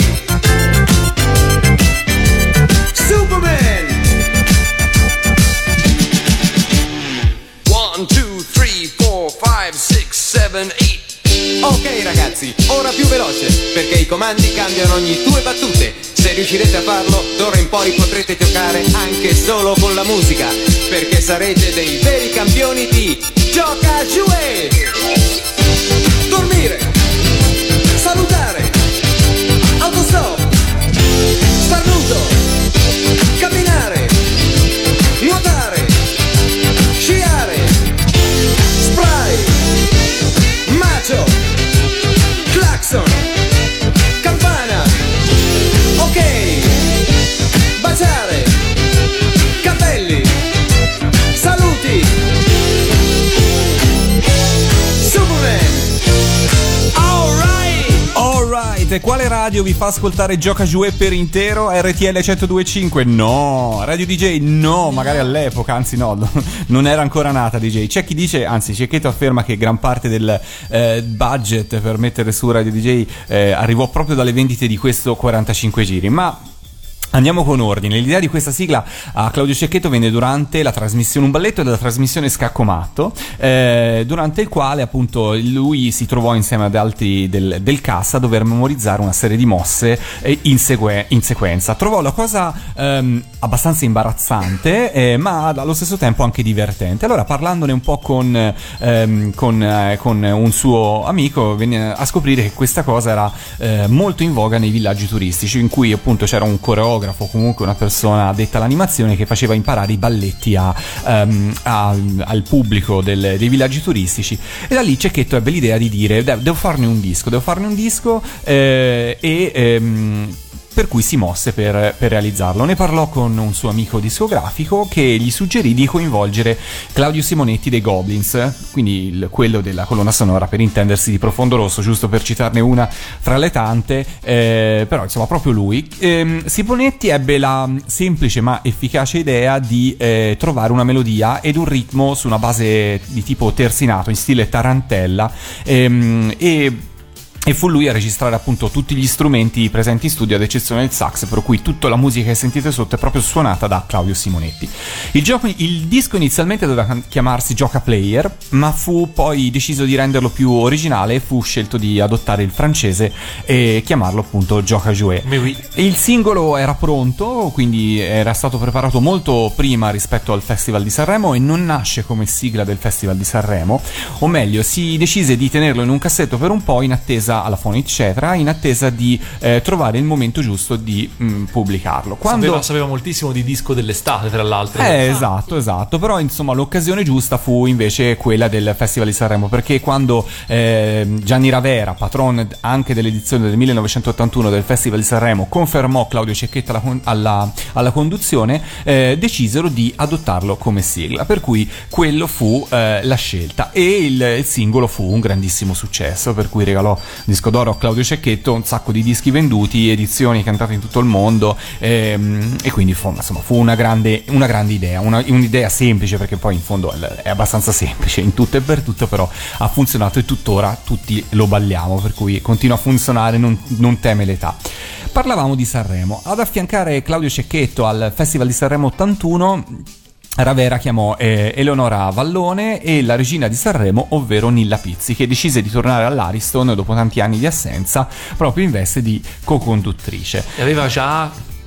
Speaker 6: Superman.
Speaker 2: 1, 2, 3, 4, 5, 6, 7, 8.
Speaker 7: Ok ragazzi, ora più veloce, perché i comandi cambiano ogni 2 battute. Se riuscirete a farlo, d'ora in poi potrete giocare anche solo con la musica, perché sarete dei veri campioni di Gioca Jouet!
Speaker 6: Dormire, salutare, autostop, starnuto, camminare, nuotare, sciare, spray, macio, clacson, campana, ok, baciare, capelli, saluti,
Speaker 3: chiedete quale radio vi fa ascoltare Gioca Jouet per intero? RTL 102.5? No. Radio DJ? No, magari all'epoca, anzi no, non era ancora nata DJ. C'è chi dice, anzi Cecchetto afferma che gran parte del budget per mettere su Radio DJ arrivò proprio dalle vendite di questo 45 giri, ma andiamo con ordine. L'idea di questa sigla a Claudio Cecchetto venne durante la trasmissione Un balletto della trasmissione Scacco Matto, durante il quale appunto lui si trovò insieme ad altri del cast a dover memorizzare una serie di mosse in sequenza. Trovò la cosa abbastanza imbarazzante, ma allo stesso tempo anche divertente. Allora, parlandone un po' con un suo amico, venne a scoprire che questa cosa era molto in voga nei villaggi turistici, in cui appunto c'era un coreografo, comunque una persona addetta all'animazione, che faceva imparare i balletti al pubblico dei villaggi turistici. E da lì Cecchetto ebbe l'idea di dire devo farne un disco per cui si mosse per realizzarlo. Ne parlò con un suo amico discografico che gli suggerì di coinvolgere Claudio Simonetti dei Goblins, quindi quello della colonna sonora, per intendersi, di Profondo Rosso, giusto per citarne una fra le tante, però insomma proprio lui. Simonetti ebbe la semplice ma efficace idea di trovare una melodia ed un ritmo su una base di tipo terzinato in stile tarantella, e fu lui a registrare appunto tutti gli strumenti presenti in studio, ad eccezione del sax, per cui tutta la musica che sentite sotto è proprio suonata da Claudio Simonetti. Il disco inizialmente doveva chiamarsi Gioca Player, ma fu poi deciso di renderlo più originale e fu scelto di adottare il francese e chiamarlo appunto Gioca Jouet. Il singolo era pronto, quindi era stato preparato molto prima rispetto al Festival di Sanremo e non nasce come sigla del Festival di Sanremo, o meglio si decise di tenerlo in un cassetto per un po' in attesa alla Foni eccetera, in attesa di trovare il momento giusto di pubblicarlo.
Speaker 4: Sapeva moltissimo di disco dell'estate, tra l'altro.
Speaker 3: Esatto, però insomma l'occasione giusta fu invece quella del Festival di Sanremo, perché quando Gianni Ravera, patron anche dell'edizione del 1981 del Festival di Sanremo, confermò Claudio Cecchetto alla conduzione, decisero di adottarlo come sigla, per cui quello fu la scelta, e il singolo fu un grandissimo successo, per cui regalò disco d'oro a Claudio Cecchetto, un sacco di dischi venduti, edizioni cantate in tutto il mondo, e quindi fu una grande idea, un'idea semplice, perché poi in fondo è abbastanza semplice in tutto e per tutto, però ha funzionato e tuttora tutti lo balliamo, per cui continua a funzionare, non teme l'età. Parlavamo di Sanremo. Ad affiancare Claudio Cecchetto al Festival di Sanremo 81 Ravera chiamò Eleonora Vallone e la regina di Sanremo, ovvero Nilla Pizzi, che decise di tornare all'Ariston dopo tanti anni di assenza, proprio in veste di co-conduttrice.
Speaker 4: E aveva già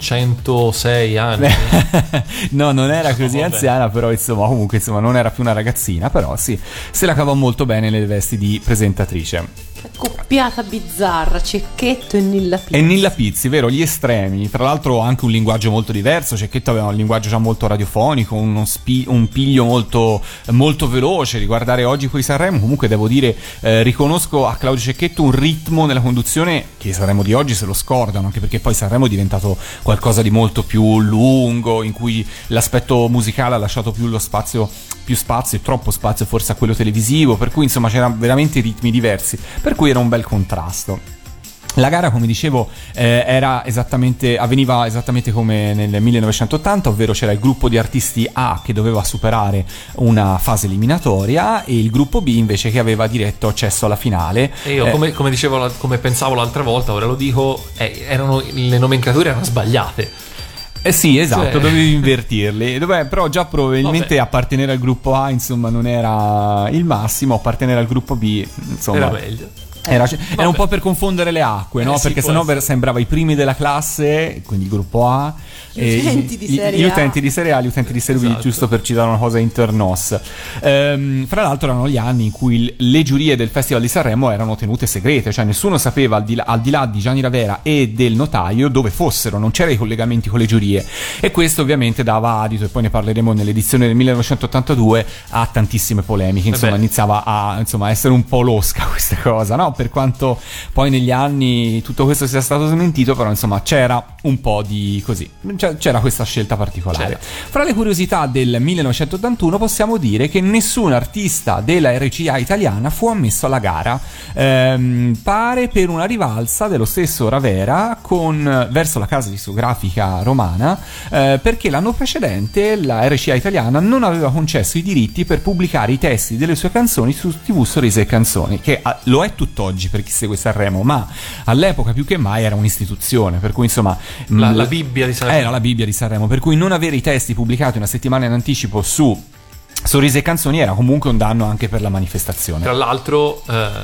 Speaker 4: 106 anni.
Speaker 3: No, non era così anziana, però comunque non era più una ragazzina, però sì, se la cavò molto bene nelle vesti di presentatrice.
Speaker 5: Coppiata bizzarra, Cecchetto e Nilla Pizzi.
Speaker 3: E Nilla Pizzi, vero, gli estremi. Tra l'altro anche un linguaggio molto diverso. Cecchetto aveva un linguaggio già molto radiofonico, un piglio molto, molto veloce. Riguardare oggi quei Sanremo, comunque devo dire, riconosco a Claudio Cecchetto un ritmo nella conduzione che i Sanremo di oggi se lo scordano, anche perché poi Sanremo è diventato qualcosa di molto più lungo, in cui l'aspetto musicale ha lasciato più spazio e troppo spazio forse a quello televisivo, per cui insomma c'erano veramente ritmi diversi, per cui era un bel contrasto. La gara, come dicevo, avveniva esattamente come nel 1980, ovvero c'era il gruppo di artisti A che doveva superare una fase eliminatoria e il gruppo B invece che aveva diretto accesso alla finale.
Speaker 4: E io come pensavo l'altra volta, ora lo dico, le nomenclature erano sbagliate.
Speaker 3: Sì, esatto, dovevi invertirli. Però già probabilmente appartenere al gruppo A insomma non era il massimo, appartenere al gruppo B insomma
Speaker 4: era meglio.
Speaker 3: Era un po' per confondere le acque, no? Perché sennò sembrava i primi della classe, quindi il gruppo A,
Speaker 5: gli utenti di serie A,
Speaker 3: gli utenti di serie B, esatto. Giusto per citare una cosa internos. Fra l'altro erano gli anni in cui le giurie del Festival di Sanremo erano tenute segrete, cioè nessuno sapeva, al di là di Gianni Ravera e del notaio, dove fossero, non c'erano i collegamenti con le giurie, e questo ovviamente dava adito, e poi ne parleremo nell'edizione del 1982, a tantissime polemiche, insomma iniziava a essere un po' losca questa cosa, no? per quanto poi negli anni tutto questo sia stato smentito, però insomma c'era un po' di così, c'era questa scelta particolare. Fra le curiosità del 1981 possiamo dire che nessun artista della RCA italiana fu ammesso alla gara, pare per una rivalsa dello stesso Ravera verso la casa discografica romana, perché l'anno precedente la RCA italiana non aveva concesso i diritti per pubblicare i testi delle sue canzoni su TV Sorrisi e Canzoni, che lo è tutt'oggi per chi segue Sanremo, ma all'epoca più che mai era un'istituzione, per cui insomma
Speaker 4: la Bibbia di Sanremo.
Speaker 3: Era la Bibbia di Sanremo, per cui non avere i testi pubblicati una settimana in anticipo su Sorrisi e Canzoni era comunque un danno anche per la manifestazione.
Speaker 4: Tra l'altro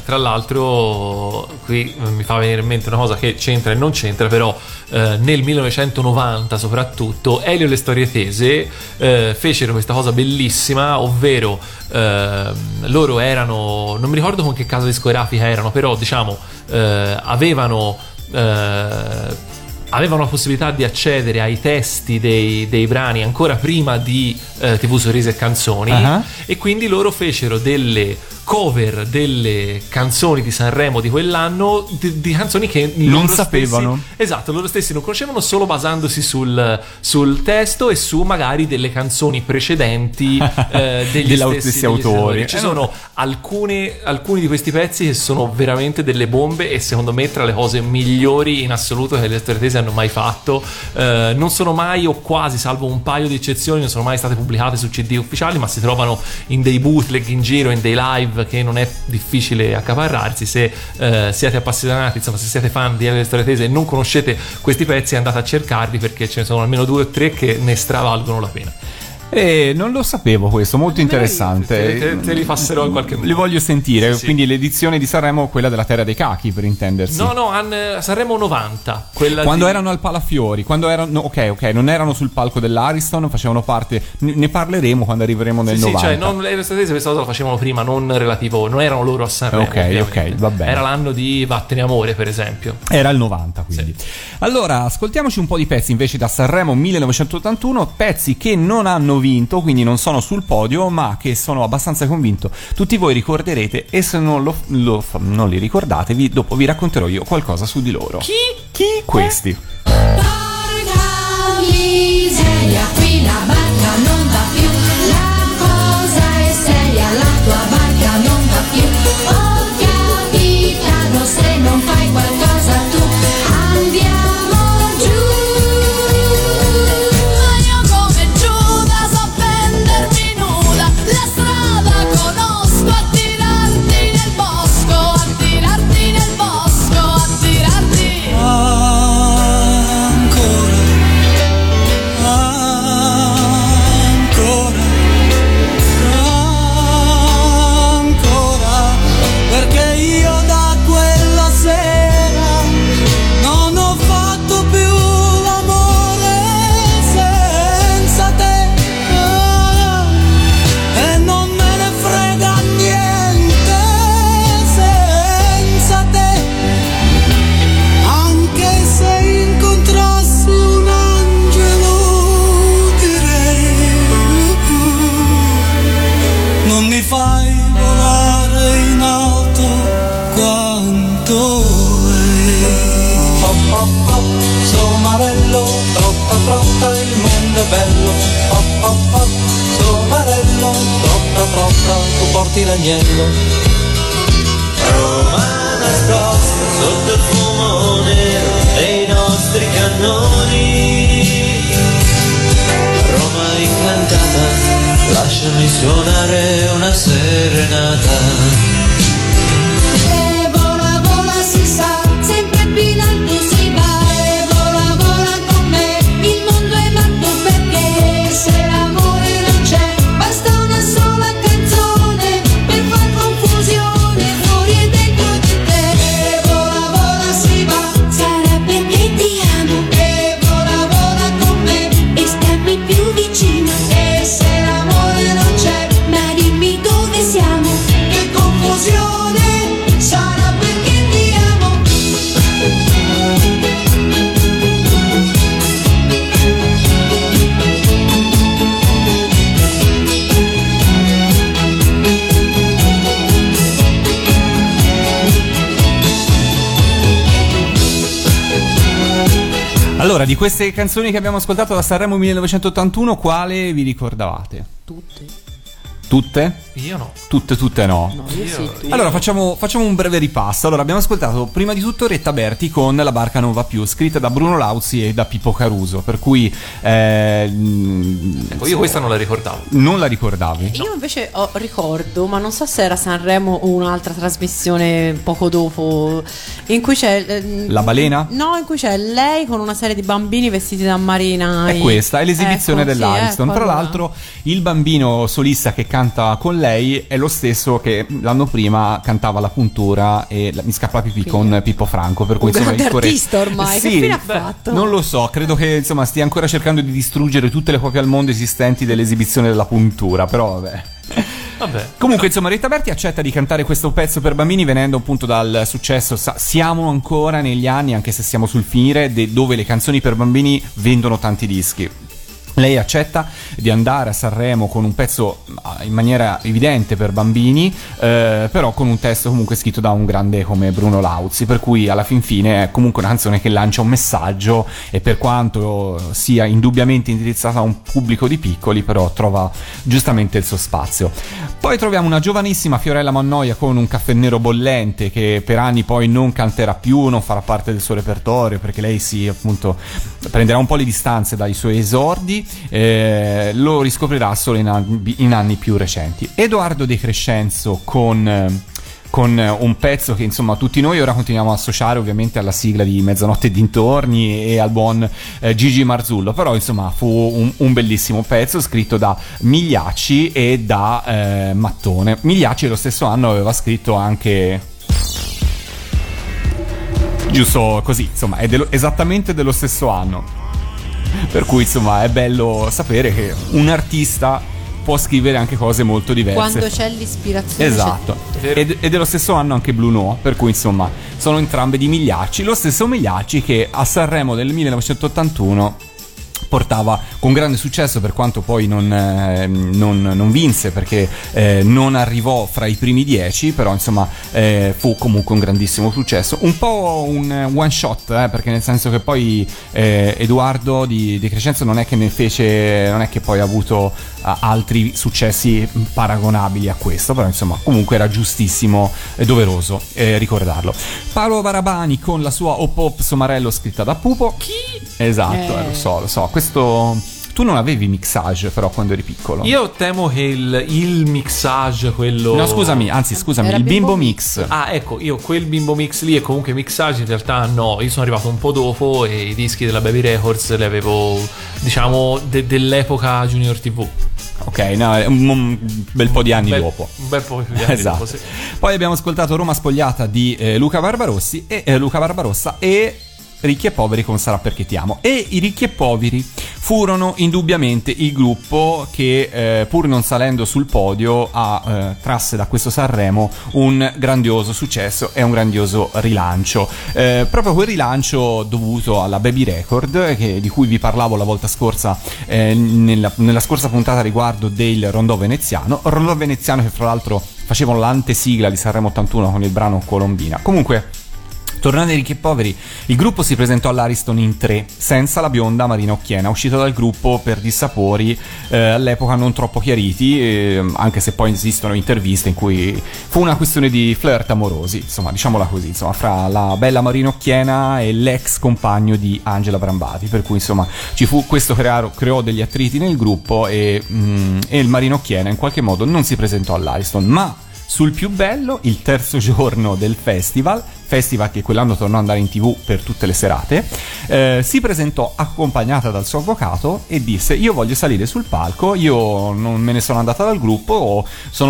Speaker 4: qui mi fa venire in mente una cosa che c'entra e non c'entra, però nel 1990 soprattutto Elio e le Storie Tese fecero questa cosa bellissima, ovvero loro erano, non mi ricordo con che casa discografica erano, però diciamo avevano la possibilità di accedere ai testi dei brani ancora prima di TV Sorrisi e Canzoni, e quindi loro fecero delle cover delle canzoni di Sanremo di quell'anno, di canzoni che
Speaker 3: non sapevano.
Speaker 4: Esatto, loro stessi non conoscevano, solo basandosi sul testo e su magari delle canzoni precedenti degli stessi autori. Ci sono alcuni di questi pezzi che sono veramente delle bombe, e secondo me tra le cose migliori in assoluto che le Storie Tese hanno mai fatto. Non sono mai, o quasi, salvo un paio di eccezioni, non sono mai state pubblicate su CD ufficiali, ma si trovano in dei bootleg in giro, in dei live che non è difficile accaparrarsi. Se siete appassionati, insomma, se siete fan di Le Storie Tese e non conoscete questi pezzi, andate a cercarli, perché ce ne sono almeno 2 o 3 che ne stravalgono la pena.
Speaker 3: Non lo sapevo questo, molto interessante.
Speaker 4: Te li passerò in qualche modo.
Speaker 3: Li voglio sentire,
Speaker 4: sì.
Speaker 3: Quindi l'edizione di Sanremo, quella della Terra dei Cachi, per intendersi.
Speaker 4: No, Sanremo 90.
Speaker 3: Quando erano al Palafiori, quando erano, ok, non erano sul palco dell'Ariston, facevano parte, ne parleremo quando arriveremo nel 90.
Speaker 4: Sì, cioè Le Storie Tese questa cosa la facevano prima, non erano loro a Sanremo.
Speaker 3: Ok, va bene.
Speaker 4: Era l'anno di Vattene Amore, per esempio.
Speaker 3: Era il 90, quindi. Sì. Allora, ascoltiamoci un po' di pezzi invece da Sanremo 1981, pezzi che non hanno vinto, quindi non sono sul podio, ma che sono abbastanza convinto tutti voi ricorderete, e se non li ricordatevi, dopo vi racconterò io qualcosa su di loro.
Speaker 4: Chi?
Speaker 3: Questi.
Speaker 8: Porca miseria, qui la barca non va più, la cosa è seria, la tua barca non va più. Oh capitano, se non fai qualcosa tu, andiamo giù. Io come Giuda so prendermi nuda, la strada conosco, a tirarti nel bosco, a tirarti nel bosco, a tirarti.
Speaker 6: Ancora, perché io da quella sera non ho fatto più l'amore senza te, e non me ne frega niente senza te, anche se incontrassi un angelo direi non mi fai volare in alto quanto lei. Pop pop pop, somarello, trotta trotta, il mondo è bello. Pop pop pop, somarello, trotta trotta, tu porti l'agnello. Roma nascosta sotto il fumo nero dei nostri cannoni, Roma incantata, lasciami suonare una serenata.
Speaker 8: E vola vola si sa, sempre più in alto si va, e vola vola con me, il mondo è matto perché se l'amore non c'è, basta una sola canzone per far confusione fuori e dentro di te. E vola si va, sarà perché ti amo, e vola con me e stammi più vicino, e se l'amore non c'è, ma dimmi dove siamo, che
Speaker 3: Allora, di queste canzoni che abbiamo ascoltato da Sanremo 1981, quale vi ricordavate? Tutte?
Speaker 4: Io no.
Speaker 3: Tutte no.
Speaker 5: No, io sì, tu.
Speaker 3: Allora facciamo un breve ripasso. Allora abbiamo ascoltato prima di tutto Retta Berti con La barca non va più, scritta da Bruno Lauzi e da Pippo Caruso, per cui
Speaker 4: io questa non la ricordavo.
Speaker 3: Non la ricordavi?
Speaker 5: Io invece ricordo, ma non so se era Sanremo o un'altra trasmissione poco dopo, in cui c'è
Speaker 3: La balena?
Speaker 5: No, in cui c'è lei con una serie di bambini vestiti da marina.
Speaker 3: È questa, è l'esibizione dell'Ariston. Tra
Speaker 5: allora.
Speaker 3: l'altro il bambino solista che canta con lei è lo stesso che l'anno prima cantava La puntura e Mi scappa pipì con Pippo Franco, per cui
Speaker 5: un
Speaker 3: insomma
Speaker 5: grande artista ormai,
Speaker 3: sì,
Speaker 5: che fine ha fatto?
Speaker 3: non lo so, credo che insomma stia ancora cercando di distruggere tutte le copie al mondo esistenti dell'esibizione della puntura, però vabbè. Comunque insomma Retta Berti accetta di cantare questo pezzo per bambini venendo appunto dal successo, siamo ancora negli anni, anche se siamo sul finire, dove le canzoni per bambini vendono tanti dischi. Lei accetta di andare a Sanremo con un pezzo in maniera evidente per bambini, però con un testo comunque scritto da un grande come Bruno Lauzi, per cui alla fin fine è comunque una canzone che lancia un messaggio e per quanto sia indubbiamente indirizzata a un pubblico di piccoli, però trova giustamente il suo spazio. Poi troviamo una giovanissima Fiorella Mannoia con Un caffè nero bollente, che per anni poi non canterà più, non farà parte del suo repertorio, perché lei appunto prenderà un po' le distanze dai suoi esordi. Lo riscoprirà solo in anni più recenti. Edoardo De Crescenzo con un pezzo che insomma tutti noi ora continuiamo a associare ovviamente alla sigla di Mezzanotte e dintorni e al buon Gigi Marzullo, però insomma fu un bellissimo pezzo scritto da Migliacci e da Mattone. Migliacci lo stesso anno aveva scritto anche, giusto così, insomma è esattamente dello stesso anno, per cui insomma è bello sapere che un artista può scrivere anche cose molto diverse
Speaker 5: quando c'è l'ispirazione.
Speaker 3: Esatto. Ed è dello stesso anno anche Blue No, per cui insomma sono entrambe di Migliacci, lo stesso Migliacci che a Sanremo del 1981 portava con grande successo, per quanto poi non vinse perché non arrivò fra i primi 10, però insomma fu comunque un grandissimo successo, un po' un one shot, perché nel senso che poi Edoardo di Crescenzo non è che poi ha avuto altri successi paragonabili a questo, però insomma comunque era giustissimo e doveroso ricordarlo. Paolo Barabani con la sua Op Op Somarello scritta da Pupo. Esatto, lo so. Questo tu non avevi mixage però quando eri piccolo.
Speaker 4: Io temo che il mixage, quello...
Speaker 3: No, scusami, il Bimbo Mix.
Speaker 4: Ah, ecco, io quel Bimbo Mix lì e comunque mixage in realtà no, io sono arrivato un po' dopo e i dischi della Baby Records li avevo, diciamo, dell'epoca Junior TV.
Speaker 3: Ok, no, un bel po' di anni dopo.
Speaker 4: Un bel po' di anni dopo, sì.
Speaker 3: Poi abbiamo ascoltato Roma spogliata di Luca Barbarossa e Ricchi e Poveri con Sarà perché ti amo. E i Ricchi e Poveri furono indubbiamente il gruppo che pur non salendo sul podio trasse da questo Sanremo un grandioso successo e un grandioso rilancio, proprio quel rilancio dovuto alla Baby Record di cui vi parlavo la volta scorsa nella scorsa puntata riguardo del Rondò Veneziano che fra l'altro facevano l'antesigla di Sanremo 81 con il brano Colombina. Comunque, tornando ai Ricchi e Poveri, il gruppo si presentò all'Ariston in 3, senza la bionda Marina Occhiena, uscita dal gruppo per dissapori all'epoca non troppo chiariti, anche se poi esistono interviste in cui fu una questione di flirt amorosi, insomma, diciamola così, insomma, fra la bella Marina Occhiena e l'ex compagno di Angela Brambati, per cui insomma ci fu questo, creò degli attriti nel gruppo e il Marina Occhiena in qualche modo non si presentò all'Ariston, ma sul più bello, il terzo giorno del festival che quell'anno tornò ad andare in TV per tutte le serate, si presentò accompagnata dal suo avvocato e disse: io voglio salire sul palco, io non me ne sono andata dal gruppo,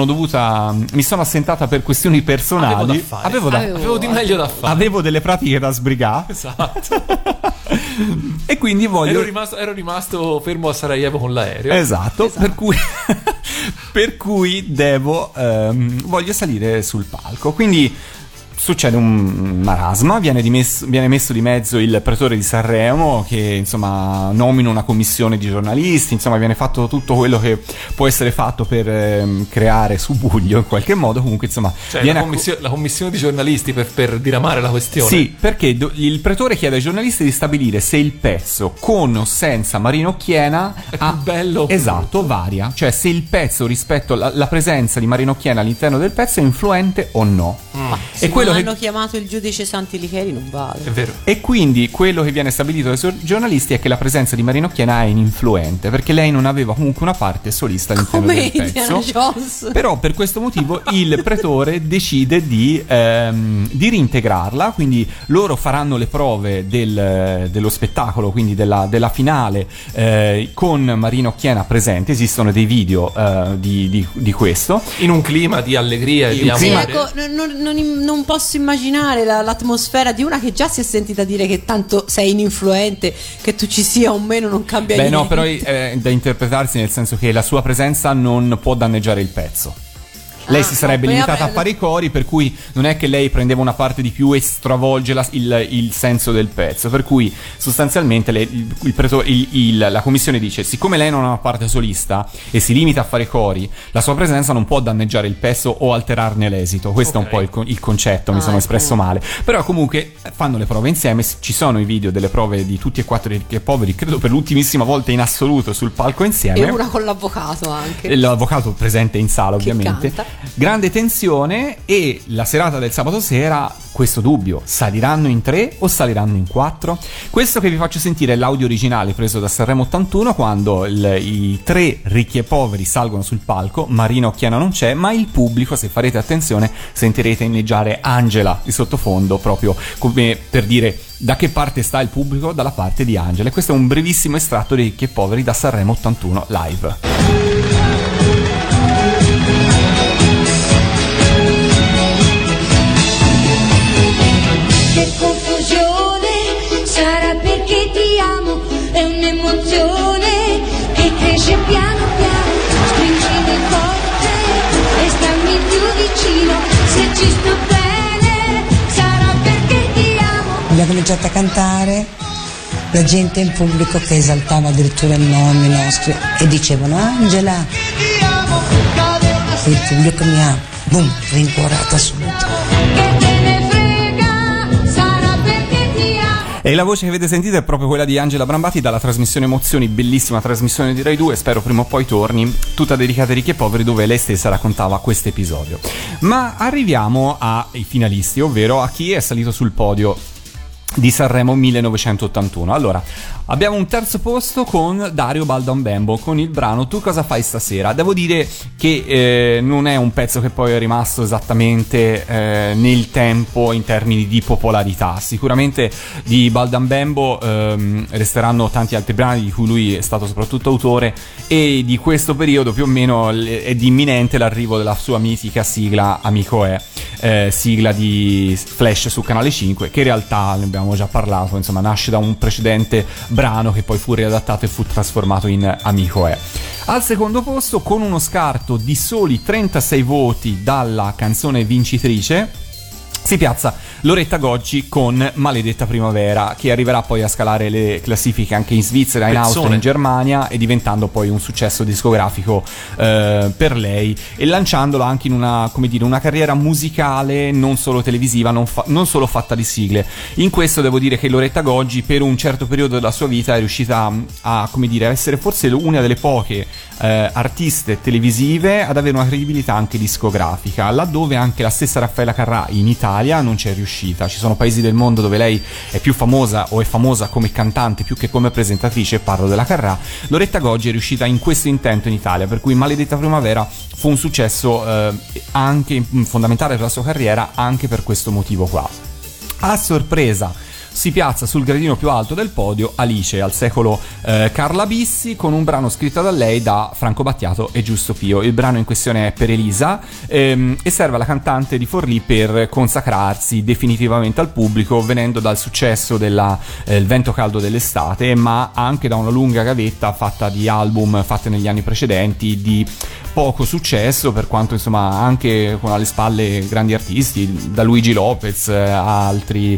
Speaker 3: mi sono assentata per questioni personali,
Speaker 4: avevo di meglio da fare,
Speaker 3: avevo delle pratiche da sbrigare,
Speaker 4: esatto.
Speaker 3: E quindi
Speaker 4: ero rimasto fermo a Sarajevo con l'aereo,
Speaker 3: esatto. per cui voglio salire sul palco, quindi succede un marasma, viene messo di mezzo il pretore di Sanremo, che insomma nomina una commissione di giornalisti, insomma viene fatto tutto quello che può essere fatto per creare subuglio in qualche modo. Comunque insomma
Speaker 4: viene la commissione di giornalisti per diramare la questione.
Speaker 3: Sì, perché il pretore chiede ai giornalisti di stabilire se il pezzo con o senza Marina Occhiena
Speaker 4: è più bello.
Speaker 3: Esatto, varia, cioè se il pezzo rispetto alla presenza di Marina Occhiena all'interno del pezzo è influente o no.
Speaker 5: Se non hanno chiamato il giudice Santi Licheri non vale.
Speaker 4: È vero.
Speaker 3: E quindi quello che viene stabilito dai giornalisti è che la presenza di Marina Occhiena è ininfluente, perché lei non aveva comunque una parte solista all'interno del pezzo.
Speaker 5: Jones.
Speaker 3: Però per questo motivo il pretore decide di reintegrarla, quindi loro faranno le prove dello spettacolo, quindi della finale con Marina Occhiena presente. Esistono dei video di questo,
Speaker 4: in un clima di allegria e di amore.
Speaker 5: Ecco, non posso immaginare l'atmosfera di una che già si è sentita dire che tanto sei ininfluente, che tu ci sia o meno non cambia niente.
Speaker 3: No, però è da interpretarsi, nel senso che la sua presenza non può danneggiare il pezzo. Lei si sarebbe limitata a fare i cori, per cui non è che lei prendeva una parte di più e stravolge il senso del pezzo, per cui sostanzialmente la commissione dice: siccome lei non ha una parte solista e si limita a fare i cori, la sua presenza non può danneggiare il pezzo o alterarne l'esito. Questo è un po' il concetto, mi sono espresso male, però comunque fanno le prove insieme. Ci sono i video delle prove di tutti e quattro i Ricchi e Poveri, credo per l'ultimissima volta in assoluto sul palco insieme,
Speaker 5: e una con l'avvocato anche,
Speaker 3: l'avvocato presente in sala ovviamente.
Speaker 5: Canta.
Speaker 3: Grande tensione, e la serata del sabato sera questo dubbio: saliranno in 3 o saliranno in 4? Questo che vi faccio sentire è l'audio originale preso da Sanremo 81, quando i 3 Ricchi e Poveri salgono sul palco. Marina Occhiena non c'è, ma il pubblico, se farete attenzione, sentirete inneggiare Angela di sottofondo, proprio come per dire da che parte sta il pubblico, dalla parte di Angela. E questo è un brevissimo estratto di Ricchi e Poveri da Sanremo 81 live.
Speaker 8: Che confusione, sarà perché ti amo, è un'emozione che cresce piano piano, stringimi forte e stammi più vicino, se ci sto bene, sarà perché ti amo.
Speaker 9: Abbiamo cominciato a cantare, la gente in pubblico che esaltava addirittura i nomi nostri e dicevano Angela, e il pubblico mi ha rincuorata subito.
Speaker 3: E la voce che avete sentito è proprio quella di Angela Brambati dalla trasmissione Emozioni, bellissima trasmissione di Rai 2, spero prima o poi torni, tutta dedicata ai ricchi e poveri, dove lei stessa raccontava questo episodio. Ma arriviamo ai finalisti, ovvero a chi è salito sul podio di Sanremo 1981. Allora, abbiamo un terzo posto con Dario Baldan Bembo con il brano Tu cosa fai stasera. Devo dire che non è un pezzo che poi è rimasto esattamente nel tempo in termini di popolarità. Sicuramente di Baldan Bembo resteranno tanti altri brani di cui lui è stato soprattutto autore, e di questo periodo più o meno è di imminente l'arrivo della sua mitica sigla Amico è, sigla di Flash su Canale 5, che in realtà ne abbiamo già parlato, insomma nasce da un precedente brano che poi fu riadattato e fu trasformato in Amico è. Al secondo posto, con uno scarto di soli 36 voti dalla canzone vincitrice, si piazza Loretta Goggi con Maledetta Primavera, che arriverà poi a scalare le classifiche anche in Svizzera, in Austria, in Germania, e diventando poi un successo discografico per lei, e lanciandola anche in una, come dire, una carriera musicale non solo televisiva, non solo fatta di sigle. In questo devo dire che Loretta Goggi per un certo periodo della sua vita è riuscita a, come dire, a essere forse una delle poche artiste televisive ad avere una credibilità anche discografica, laddove anche la stessa Raffaella Carrà in Italia non c'è riuscita. Ci sono paesi del mondo dove lei è più famosa o è famosa come cantante più che come presentatrice, parlo della Carrà. Loretta Goggi è riuscita in questo intento in Italia, per cui Maledetta Primavera fu un successo anche fondamentale per la sua carriera, anche per questo motivo qua. A sorpresa si piazza sul gradino più alto del podio Alice, al secolo Carla Bissi, con un brano scritto da lei, da Franco Battiato e Giusto Pio. Il brano in questione è Per Elisa, e serve alla cantante di Forlì per consacrarsi definitivamente al pubblico, venendo dal successo del Vento caldo dell'estate, ma anche da una lunga gavetta fatta di album fatti negli anni precedenti di poco successo, per quanto insomma anche con alle spalle grandi artisti, da Luigi Lopez a altri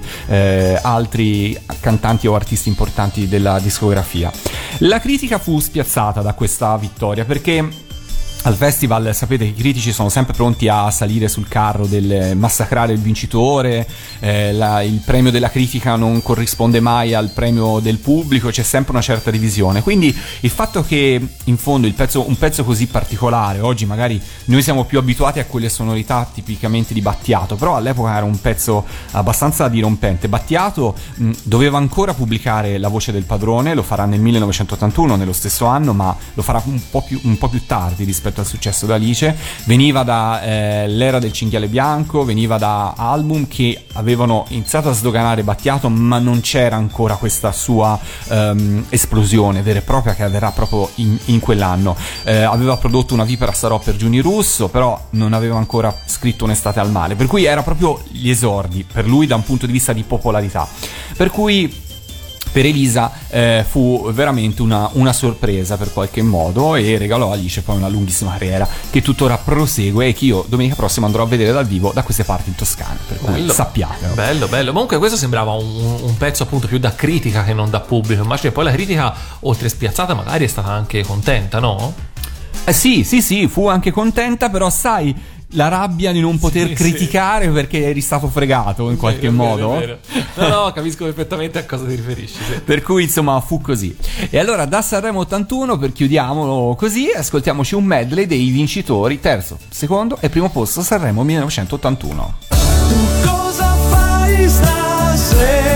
Speaker 3: cantanti o artisti importanti della discografia. La critica fu spiazzata da questa vittoria, perché al festival sapete che i critici sono sempre pronti a salire sul carro del massacrare il vincitore, il premio della critica non corrisponde mai al premio del pubblico, c'è sempre una certa divisione. Quindi il fatto che in fondo un pezzo così particolare, oggi magari noi siamo più abituati a quelle sonorità tipicamente di Battiato, però all'epoca era un pezzo abbastanza dirompente. Battiato doveva ancora pubblicare La voce del padrone, lo farà nel 1981, nello stesso anno, ma lo farà un po' più tardi rispetto al successo di Alice. Veniva da l'era del cinghiale bianco, veniva da album che avevano iniziato a sdoganare Battiato, ma non c'era ancora questa sua esplosione vera e propria che avverrà proprio in quell'anno. Aveva prodotto Una vipera sarò per Giuni Russo, però non aveva ancora scritto Un'estate al mare, per cui era proprio gli esordi per lui da un punto di vista di popolarità, per cui Per Elisa fu veramente una sorpresa per qualche modo, e regalò a Alice poi una lunghissima carriera che tuttora prosegue e che io domenica prossima andrò a vedere dal vivo da queste parti in Toscana, per cui sappiatelo.
Speaker 4: Bello. Comunque questo sembrava un pezzo appunto più da critica che non da pubblico. Immagino che poi la critica, oltre spiazzata, magari è stata anche contenta, no?
Speaker 3: Sì, fu anche contenta, però sai, la rabbia di non poter criticare perché eri stato fregato in qualche modo.
Speaker 4: Vero. No, capisco perfettamente a cosa ti riferisci. Sì.
Speaker 3: Per cui insomma fu così. E allora da Sanremo 81, per chiudiamolo così, ascoltiamoci un medley dei vincitori, terzo, secondo e primo posto Sanremo 1981.
Speaker 6: Tu cosa fai stasera?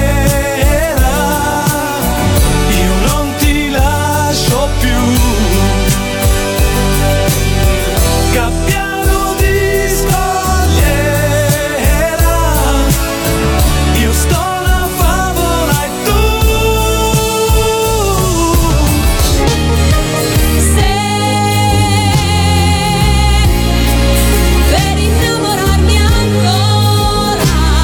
Speaker 6: Io non ti lascio più. Gabbiano di scogliera, io sto una favola e tu.
Speaker 8: Se per innamorarmi ancora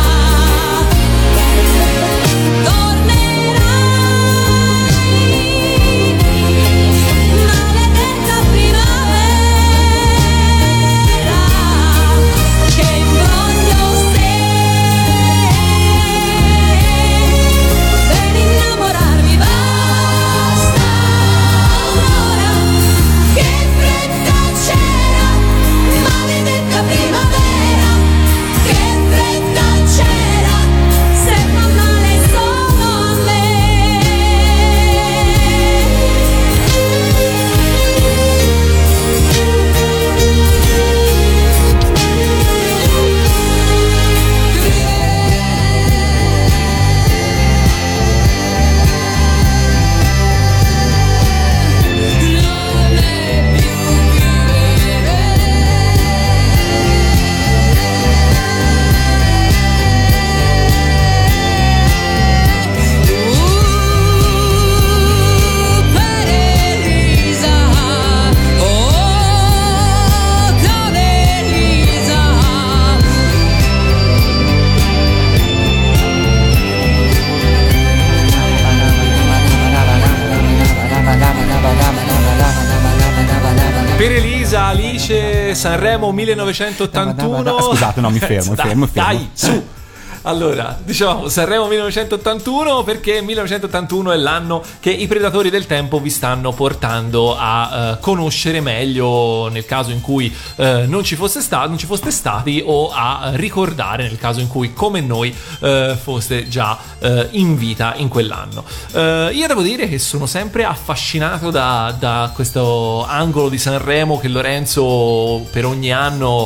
Speaker 4: Alice, Sanremo 1981.
Speaker 3: Scusate, no, mi fermo.
Speaker 4: Dai, su. Allora, diciamo Sanremo 1981 perché 1981 è l'anno che i Predatori del Tempo vi stanno portando a conoscere meglio nel caso in cui non ci foste stati, o a ricordare nel caso in cui, come noi, foste già in vita in quell'anno. Io devo dire che sono sempre affascinato da questo angolo di Sanremo che Lorenzo per ogni anno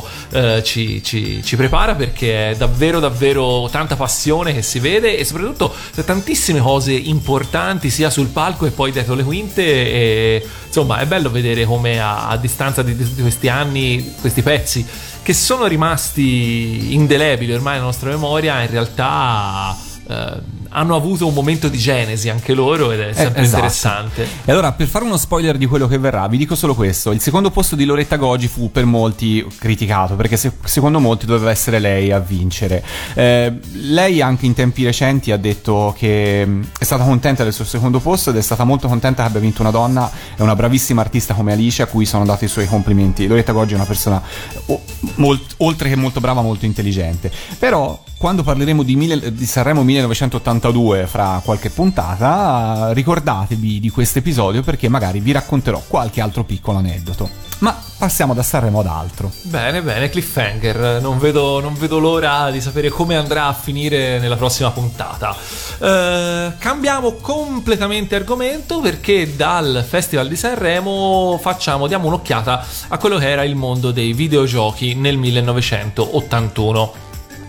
Speaker 4: ci prepara, perché è davvero tanta passione che si vede, e soprattutto tantissime cose importanti sia sul palco e poi dietro le quinte, e insomma è bello vedere come a distanza di questi anni questi pezzi che sono rimasti indelebili ormai nella nostra memoria in realtà hanno avuto un momento di genesi anche loro ed è sempre interessante.
Speaker 3: E allora, per fare uno spoiler di quello che verrà, vi dico solo questo: il secondo posto di Loretta Goggi fu per molti criticato, perché secondo molti doveva essere lei a vincere. Lei anche in tempi recenti ha detto che è stata contenta del suo secondo posto ed è stata molto contenta che abbia vinto una donna, è una bravissima artista come Alice, a cui sono dati i suoi complimenti. Loretta Goggi è una persona oltre che molto brava, molto intelligente. Però quando parleremo di Sanremo 1982 fra qualche puntata, ricordatevi di questo episodio, perché magari vi racconterò qualche altro piccolo aneddoto. Ma passiamo da Sanremo ad altro.
Speaker 4: Bene, cliffhanger. Non vedo l'ora di sapere come andrà a finire nella prossima puntata. Cambiamo completamente argomento, perché dal Festival di Sanremo diamo un'occhiata a quello che era il mondo dei videogiochi nel 1981.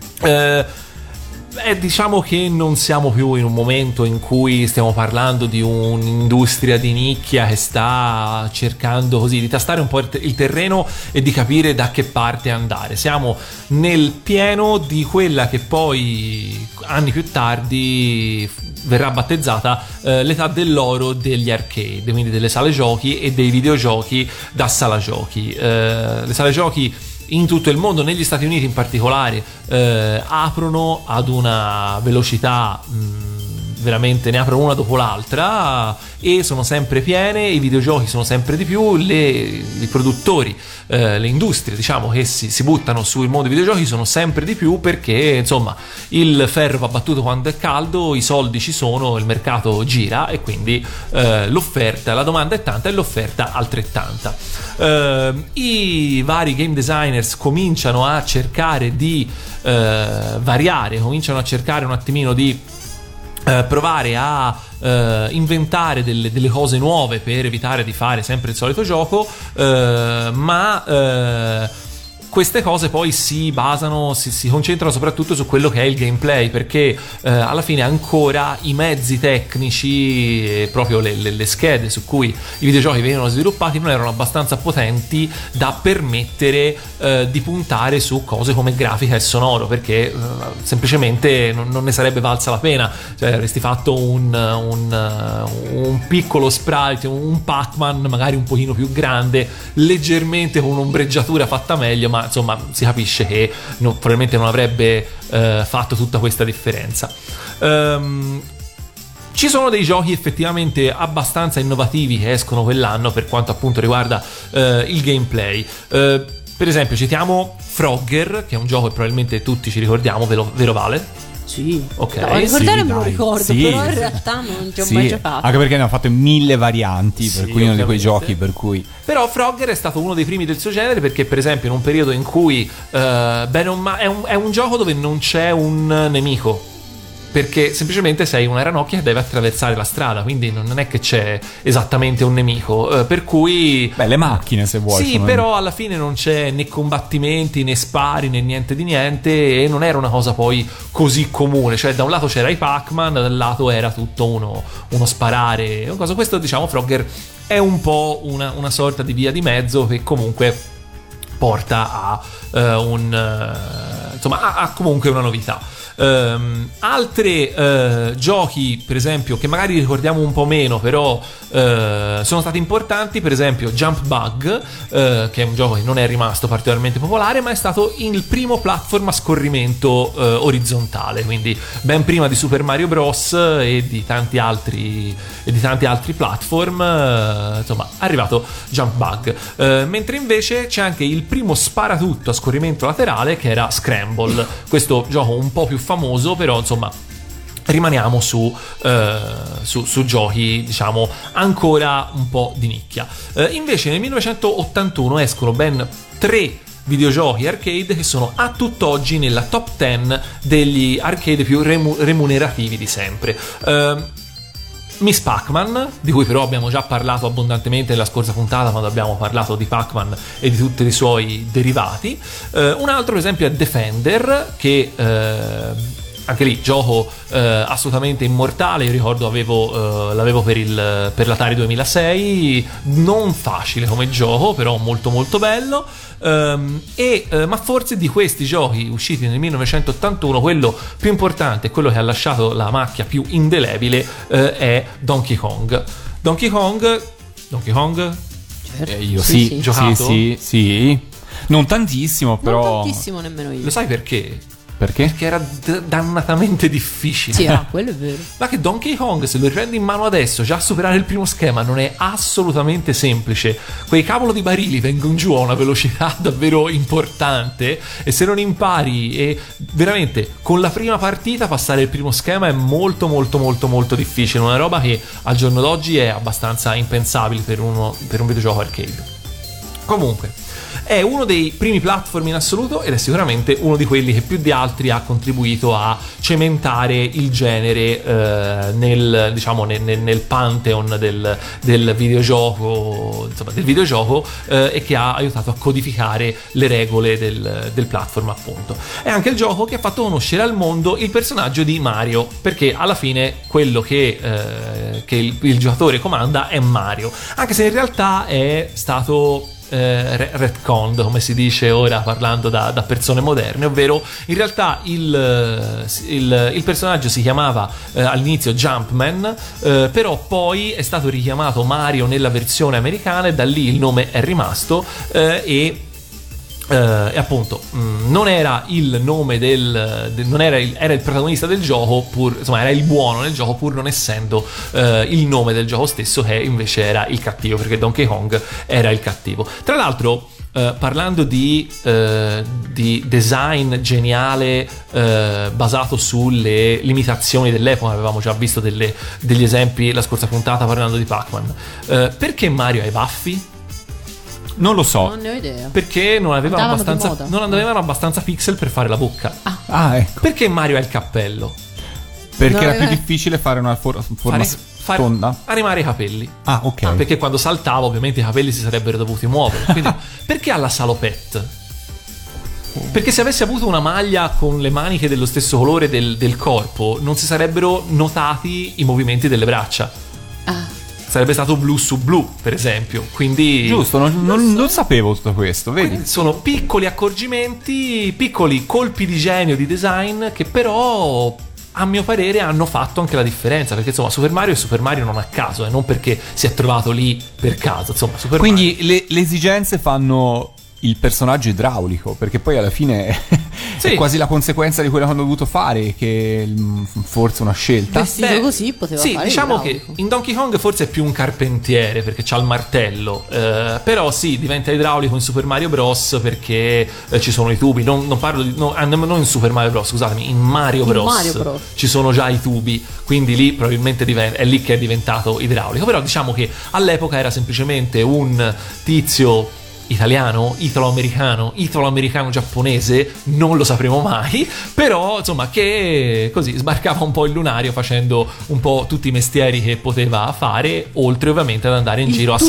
Speaker 4: Diciamo che non siamo più in un momento in cui stiamo parlando di un'industria di nicchia che sta cercando così di tastare un po' il terreno e di capire da che parte andare. Siamo nel pieno di quella che poi anni più tardi verrà battezzata l'età dell'oro degli arcade, quindi delle sale giochi e dei videogiochi da sala giochi. Le sale giochi in tutto il mondo, negli Stati Uniti in particolare, aprono ad una velocità veramente, ne aprono una dopo l'altra e sono sempre piene, i videogiochi sono sempre di più, i produttori, le industrie, diciamo, che si buttano sul mondo dei videogiochi sono sempre di più, perché insomma il ferro va battuto quando è caldo, i soldi ci sono, il mercato gira e quindi la domanda è tanta e l'offerta altrettanta. I vari game designers cominciano a cercare di variare, cominciano a cercare un attimino di provare a inventare delle cose nuove per evitare di fare sempre il solito gioco, ma queste cose poi si concentrano soprattutto su quello che è il gameplay, perché alla fine ancora i mezzi tecnici, proprio le schede su cui i videogiochi venivano sviluppati, non erano abbastanza potenti da permettere di puntare su cose come grafica e sonoro, perché semplicemente non ne sarebbe valsa la pena. Cioè, avresti fatto un piccolo sprite, un Pac-Man magari un pochino più grande, leggermente con un'ombreggiatura fatta meglio, ma insomma si capisce che probabilmente non avrebbe fatto tutta questa differenza. Ci sono dei giochi effettivamente abbastanza innovativi che escono quell'anno per quanto appunto riguarda il gameplay. Per esempio citiamo Frogger, che è un gioco che probabilmente tutti ci ricordiamo, vero Vale?
Speaker 5: Sì,
Speaker 4: ok.
Speaker 5: No, ricordare me lo ricordo,
Speaker 3: sì,
Speaker 5: però in realtà non ci ho mai giocato.
Speaker 3: Anche perché ne hanno fatto 1000 varianti, per cui uno di quei giochi per cui.
Speaker 4: Però Frogger è stato uno dei primi del suo genere, perché per esempio in un periodo in cui è un gioco dove non c'è un nemico, perché semplicemente sei una ranocchia che deve attraversare la strada, quindi non è che c'è esattamente un nemico, per cui
Speaker 3: le macchine, se vuoi,
Speaker 4: sì, però alla fine non c'è né combattimenti né spari né niente di niente, e non era una cosa poi così comune. Cioè, da un lato c'era i Pac-Man, dal lato era tutto uno sparare, una cosa. Questo, diciamo, Frogger è un po' una sorta di via di mezzo che comunque porta a comunque una novità. Altri giochi, per esempio, che magari ricordiamo un po' meno, però sono stati importanti, per esempio Jump Bug, che è un gioco che non è rimasto particolarmente popolare, ma è stato il primo platform a scorrimento orizzontale, quindi ben prima di Super Mario Bros. E di tanti altri platform, insomma, è arrivato Jump Bug. Mentre invece c'è anche il primo sparatutto a scorrimento laterale, che era Scramble, questo gioco un po' più famoso, però insomma rimaniamo su giochi, diciamo, ancora un po' di nicchia. Invece nel 1981 escono ben 3 videogiochi arcade che sono a tutt'oggi nella top 10 degli arcade più remunerativi di sempre. Miss Pac-Man, di cui però abbiamo già parlato abbondantemente nella scorsa puntata, quando abbiamo parlato di Pac-Man e di tutti i suoi derivati. Un altro esempio è Defender, che anche lì gioco assolutamente immortale. Io ricordo l'avevo per l'Atari 2006, non facile come gioco, però molto molto bello. Ma forse di questi giochi usciti nel 1981 quello più importante, quello che ha lasciato la macchia più indelebile, è Donkey Kong. Donkey Kong,
Speaker 5: Certo.
Speaker 3: Io
Speaker 5: sì.
Speaker 4: Giocato?
Speaker 3: Sì. Non tantissimo, però.
Speaker 5: Non tantissimo nemmeno io.
Speaker 4: Lo sai perché?
Speaker 3: Perché?
Speaker 4: Perché era dannatamente difficile.
Speaker 5: Sì, quello è vero.
Speaker 4: Ma che Donkey Kong, se lo riprendi in mano adesso, già superare il primo schema non è assolutamente semplice. Quei cavolo di barili vengono giù a una velocità davvero importante, e se non impari, e veramente con la prima partita passare il primo schema è molto molto molto molto difficile. Una roba che al giorno d'oggi è abbastanza impensabile per un videogioco arcade. Comunque, è uno dei primi platform in assoluto, ed è sicuramente uno di quelli che più di altri ha contribuito a cementare il genere nel pantheon del videogioco, insomma, e che ha aiutato a codificare le regole del platform, appunto. È anche il gioco che ha fatto conoscere al mondo il personaggio di Mario, perché alla fine quello che il giocatore comanda è Mario, anche se in realtà è stato retconned, come si dice ora parlando da persone moderne, ovvero in realtà il personaggio si chiamava all'inizio Jumpman, però poi è stato richiamato Mario nella versione americana, e da lì il nome è rimasto, e appunto non era il nome era il protagonista del gioco, era il buono nel gioco, pur non essendo il nome del gioco stesso, che invece era il cattivo, perché Donkey Kong era il cattivo. Tra l'altro, parlando di design geniale basato sulle limitazioni dell'epoca, avevamo già visto degli esempi la scorsa puntata parlando di Pac-Man, perché Mario ha i baffi? Non lo so.
Speaker 5: Non ne ho idea.
Speaker 4: Perché non avevano abbastanza pixel per fare la bocca.
Speaker 3: Ecco.
Speaker 4: Perché Mario ha il cappello?
Speaker 3: Perché era più difficile fare una forma tonda?
Speaker 4: Animare i capelli.
Speaker 3: Ok.
Speaker 4: Perché quando saltava ovviamente i capelli si sarebbero dovuti muovere. Quindi perché ha la salopette? Perché se avesse avuto una maglia con le maniche dello stesso colore del corpo, non si sarebbero notati i movimenti delle braccia. Sarebbe stato blu su blu, per esempio. Quindi
Speaker 3: giusto, non sapevo tutto questo, vedi?
Speaker 4: Sono piccoli accorgimenti, piccoli colpi di genio di design, che però a mio parere hanno fatto anche la differenza, perché insomma Super Mario è Super Mario non a caso, non perché si è trovato lì per caso, insomma.
Speaker 3: Quindi le esigenze fanno il personaggio idraulico, perché poi alla fine è quasi la conseguenza di quello che hanno dovuto fare, che forse una scelta.
Speaker 5: Vestito così poteva fare.
Speaker 4: Diciamo
Speaker 5: idraulico.
Speaker 4: che in Donkey Kong forse è più un carpentiere, perché c'ha il martello, però sì, diventa idraulico in Super Mario Bros. Perché ci sono i tubi. Non parlo di non in Super Mario Bros, scusatemi, in Mario Bros. Ci sono già i tubi, quindi lì probabilmente è lì che è diventato idraulico. Però diciamo che all'epoca era semplicemente un tizio italiano, italo-americano, giapponese, non lo sapremo mai, però insomma che così sbarcava un po' il lunario facendo un po' tutti i mestieri che poteva fare, oltre ovviamente ad andare in giro a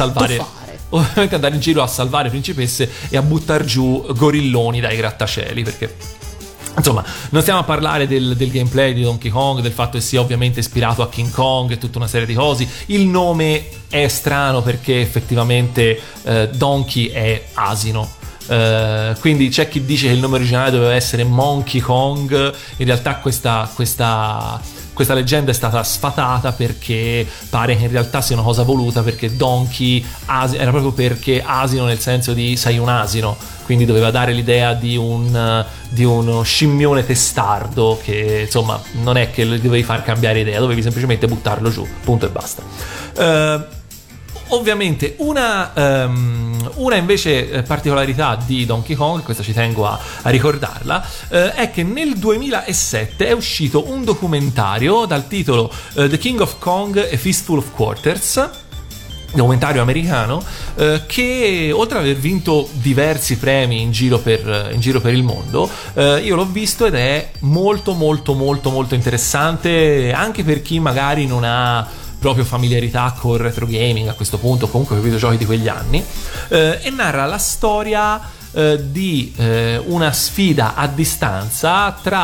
Speaker 4: salvare principesse e a buttar giù gorilloni dai grattacieli, perché insomma non stiamo a parlare del gameplay di Donkey Kong, del fatto che sia ovviamente ispirato a King Kong e tutta una serie di cose. Il nome è strano perché effettivamente Donkey è asino, quindi c'è chi dice che il nome originale doveva essere Monkey Kong. In realtà questa leggenda è stata sfatata, perché pare che in realtà sia una cosa voluta, perché Donkey era proprio perché asino nel senso di sei un asino, quindi doveva dare l'idea di uno scimmione testardo, che insomma non è che dovevi far cambiare idea, dovevi semplicemente buttarlo giù, punto e basta. Ovviamente una invece particolarità di Donkey Kong, questa ci tengo a ricordarla, è che nel 2007 è uscito un documentario dal titolo The King of Kong: A Fistful of Quarters, documentario americano, che oltre ad aver vinto diversi premi in giro per il mondo, io l'ho visto ed è molto molto molto molto interessante, anche per chi magari non ha proprio familiarità con il retro gaming a questo punto, comunque con i videogiochi di quegli anni, e narra la storia di una sfida a distanza tra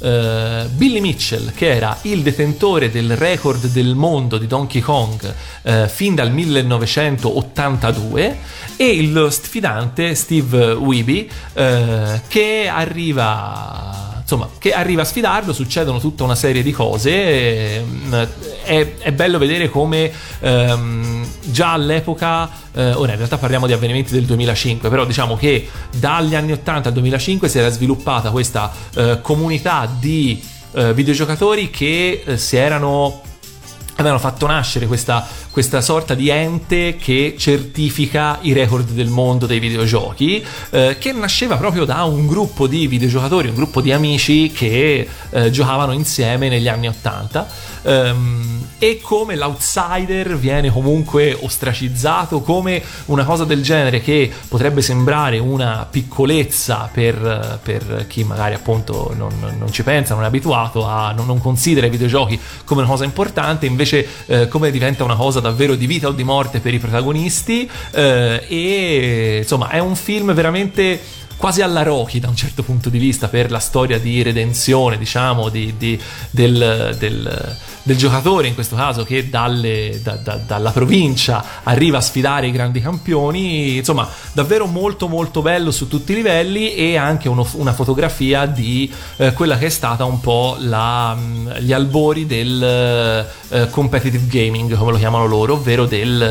Speaker 4: Billy Mitchell, che era il detentore del record del mondo di Donkey Kong fin dal 1982, e il sfidante Steve Wiebe, che arriva a sfidarlo. Succedono tutta una serie di cose. È bello vedere come già all'epoca, ora in realtà parliamo di avvenimenti del 2005, però diciamo che dagli anni 80 al 2005 si era sviluppata questa comunità di videogiocatori che avevano fatto nascere questa sorta di ente che certifica i record del mondo dei videogiochi, che nasceva proprio da un gruppo di videogiocatori, un gruppo di amici che giocavano insieme negli anni 80, e come l'outsider viene comunque ostracizzato, come una cosa del genere che potrebbe sembrare una piccolezza per chi magari appunto non ci pensa, non è abituato non considera i videogiochi come una cosa importante, invece come diventa una cosa davvero di vita o di morte per i protagonisti, e insomma è un film veramente quasi alla Rocky da un certo punto di vista, per la storia di redenzione, diciamo, del giocatore in questo caso, che dalla provincia arriva a sfidare i grandi campioni. Insomma, davvero molto molto bello su tutti i livelli, e anche una fotografia di quella che è stata un po' gli albori del competitive gaming, come lo chiamano loro, ovvero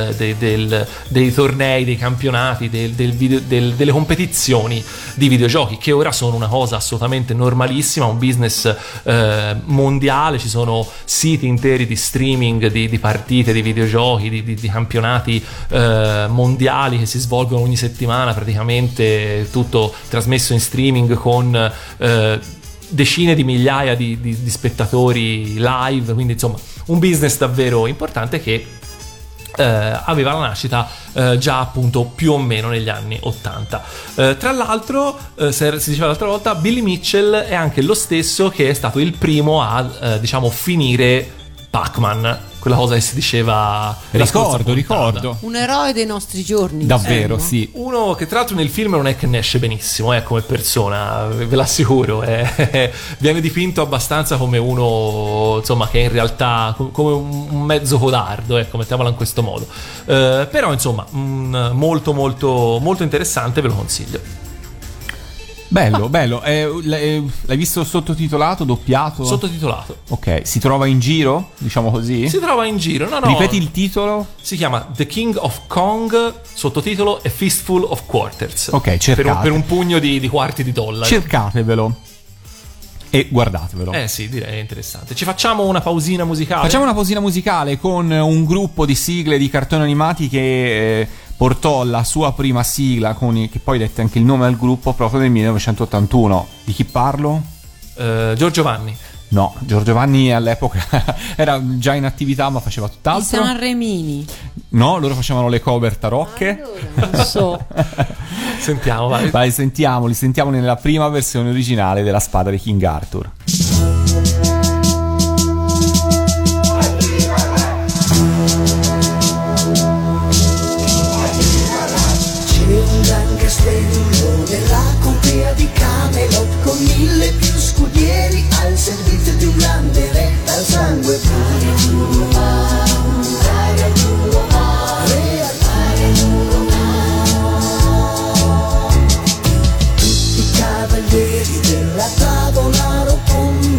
Speaker 4: dei tornei, dei campionati, delle competizioni di videogiochi, che ora sono una cosa assolutamente normalissima, un business mondiale. Ci sono siti interi di streaming di partite di videogiochi, di campionati mondiali che si svolgono ogni settimana, praticamente tutto trasmesso in streaming con decine di migliaia di spettatori live, quindi insomma un business davvero importante che aveva la nascita già appunto più o meno negli anni 80. Tra l'altro, si diceva l'altra volta, Billy Mitchell è anche lo stesso che è stato il primo a diciamo finire Pac-Man, quella cosa che si diceva. Ricordo.
Speaker 5: Un eroe dei nostri giorni.
Speaker 3: Davvero, sì.
Speaker 4: Uno che tra l'altro nel film non è che ne esce benissimo, come persona, ve l'assicuro. Viene dipinto abbastanza come uno, insomma, che in realtà come un mezzo codardo, mettiamola in questo modo. Però insomma, molto molto molto interessante, ve lo consiglio.
Speaker 3: Bello. L'hai visto sottotitolato, doppiato?
Speaker 4: Sottotitolato.
Speaker 3: Ok, si trova in giro, diciamo così?
Speaker 4: Si trova in giro, no.
Speaker 3: Ripeti il titolo?
Speaker 4: Si chiama The King of Kong, sottotitolo A Fistful of Quarters.
Speaker 3: Ok, cercate.
Speaker 4: Per un pugno di quarti di dollaro.
Speaker 3: Cercatevelo e guardatevelo.
Speaker 4: Sì, direi interessante. Ci facciamo una pausina musicale?
Speaker 3: Facciamo una pausina musicale con un gruppo di sigle di cartoni animati che portò la sua prima sigla, che poi dette anche il nome al gruppo, proprio nel 1981. Di chi parlo?
Speaker 4: Giorgio Vanni.
Speaker 3: No, Giorgio Vanni all'epoca era già in attività, ma faceva tutt'altro.
Speaker 5: I Sanremini.
Speaker 3: No, loro facevano le cover tarocche.
Speaker 5: Allora, non so.
Speaker 4: Sentiamo, vai.
Speaker 3: Vai, sentiamoli nella prima versione originale della spada di King Arthur.
Speaker 6: Nella contea di Camelot, con 1000 più scudieri al servizio di un grande re dal sangue puro. Tutti i cavalieri della tavola rotonda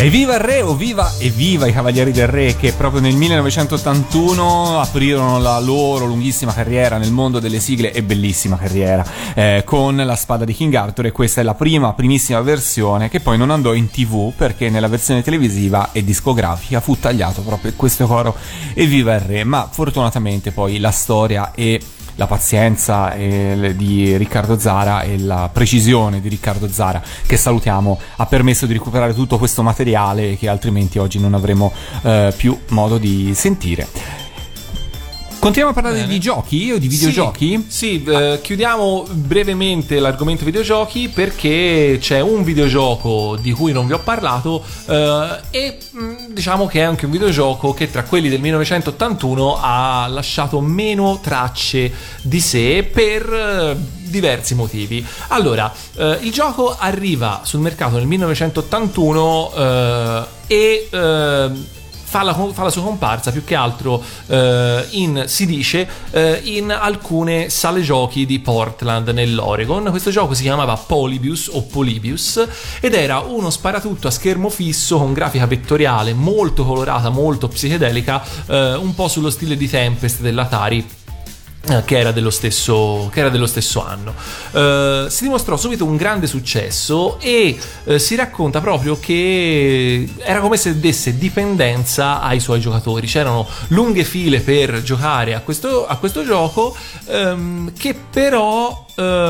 Speaker 3: Evviva il Re, o viva e viva i Cavalieri del Re, che proprio nel 1981 aprirono la loro lunghissima carriera nel mondo delle sigle e bellissima carriera con La Spada di King Arthur, e questa è la primissima versione che poi non andò in TV perché nella versione televisiva e discografica fu tagliato proprio questo coro Evviva il Re, ma fortunatamente poi la storia e la pazienza di Riccardo Zara e la precisione di Riccardo Zara, che salutiamo, ha permesso di recuperare tutto questo materiale che altrimenti oggi non avremo più modo di sentire. Continuiamo a parlare di giochi o di videogiochi?
Speaker 4: Sì, chiudiamo brevemente l'argomento videogiochi perché c'è un videogioco di cui non vi ho parlato e diciamo che è anche un videogioco che tra quelli del 1981 ha lasciato meno tracce di sé per diversi motivi. Allora, il gioco arriva sul mercato nel 1981 e fa la sua comparsa più che altro si dice in alcune sale giochi di Portland nell'Oregon. Questo gioco si chiamava Polybius o Polybius ed era uno sparatutto a schermo fisso con grafica vettoriale molto colorata, molto psichedelica, un po' sullo stile di Tempest dell'Atari, che era dello stesso anno. Si dimostrò subito un grande successo e si racconta proprio che era come se desse dipendenza ai suoi giocatori. C'erano lunghe file per giocare a questo gioco, che però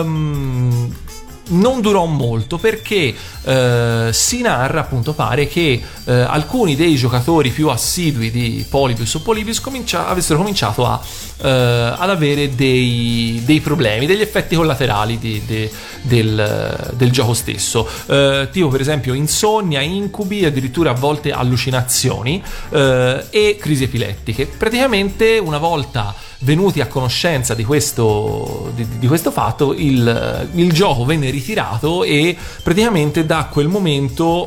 Speaker 4: non durò molto perché si narra, appunto, pare che alcuni dei giocatori più assidui di Polybius o Polybius avessero cominciato ad avere dei problemi, degli effetti collaterali del gioco stesso, tipo per esempio insonnia, incubi, addirittura a volte allucinazioni e crisi epilettiche. Praticamente una volta venuti a conoscenza di questo fatto, il gioco venne ritirato e praticamente da quel momento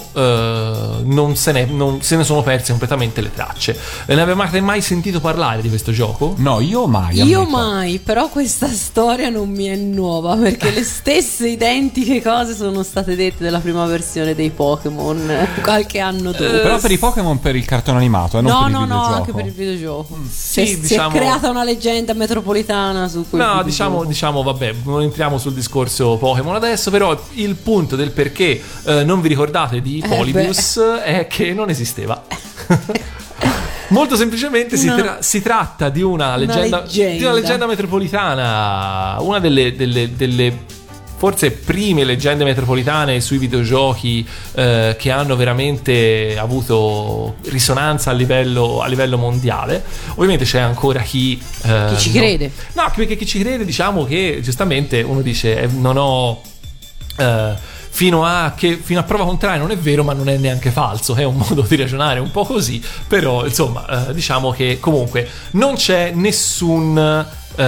Speaker 4: se ne sono perse completamente le tracce. Ne avevate mai sentito parlare di questo gioco?
Speaker 3: No, io mai.
Speaker 5: Io mai, però questa storia non mi è nuova perché le stesse identiche cose sono state dette della prima versione dei Pokémon qualche anno dopo.
Speaker 3: Però per i Pokémon, per il cartone animato, non per il videogioco.
Speaker 5: No, anche per il videogioco.
Speaker 4: Sì,
Speaker 5: si è creata una leggenda metropolitana su quel
Speaker 4: diciamo vabbè, non entriamo sul discorso Pokémon adesso, però il punto del perché non vi ricordate di Polybius è che non esisteva. Molto semplicemente si tratta di una leggenda metropolitana, una delle forse prime leggende metropolitane sui videogiochi che hanno veramente avuto risonanza a livello mondiale. Ovviamente c'è ancora chi
Speaker 5: ci crede.
Speaker 4: No, perché chi ci crede, diciamo che giustamente uno dice non ho fino a prova contraria non è vero, ma non è neanche falso. È un modo di ragionare un po' così, però insomma diciamo che comunque non c'è nessuna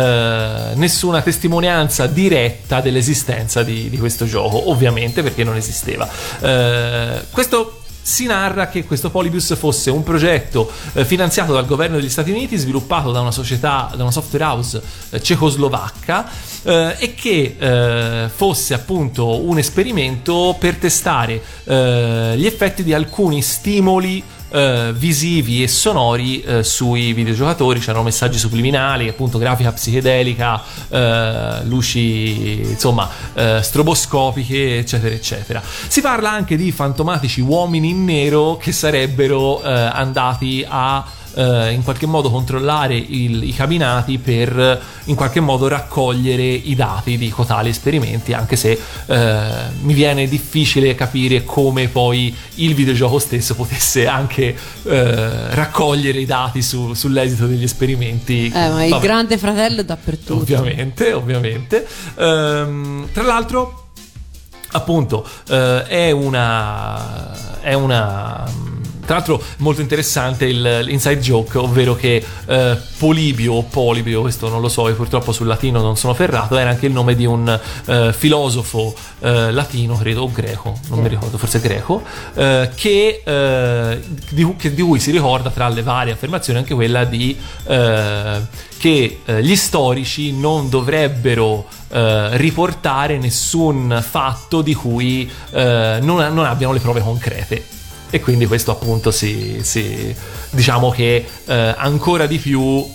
Speaker 4: testimonianza diretta dell'esistenza di questo gioco, ovviamente, perché non esisteva. Questo si narra che questo Polybius fosse un progetto finanziato dal governo degli Stati Uniti, sviluppato da una società, da una software house cecoslovacca, e che fosse appunto un esperimento per testare gli effetti di alcuni stimoli visivi e sonori sui videogiocatori. C'erano messaggi subliminali, appunto grafica psichedelica, luci insomma stroboscopiche, eccetera eccetera. Si parla anche di fantomatici uomini in nero che sarebbero andati a in qualche modo controllare i cabinati per in qualche modo raccogliere i dati di tali esperimenti, anche se mi viene difficile capire come poi il videogioco stesso potesse anche raccogliere i dati sull'esito degli esperimenti.
Speaker 5: Ma il grande fratello è dappertutto,
Speaker 4: ovviamente. Tra l'altro, appunto, è una tra l'altro molto interessante l'inside joke, ovvero che Polibio o Polibio, questo non lo so, io purtroppo sul latino non sono ferrato, era anche il nome di un filosofo latino, credo, o greco, non mi ricordo, forse greco, di cui si ricorda, tra le varie affermazioni, anche quella di che gli storici non dovrebbero riportare nessun fatto di cui non abbiano le prove concrete. e quindi questo appunto diciamo che ancora di più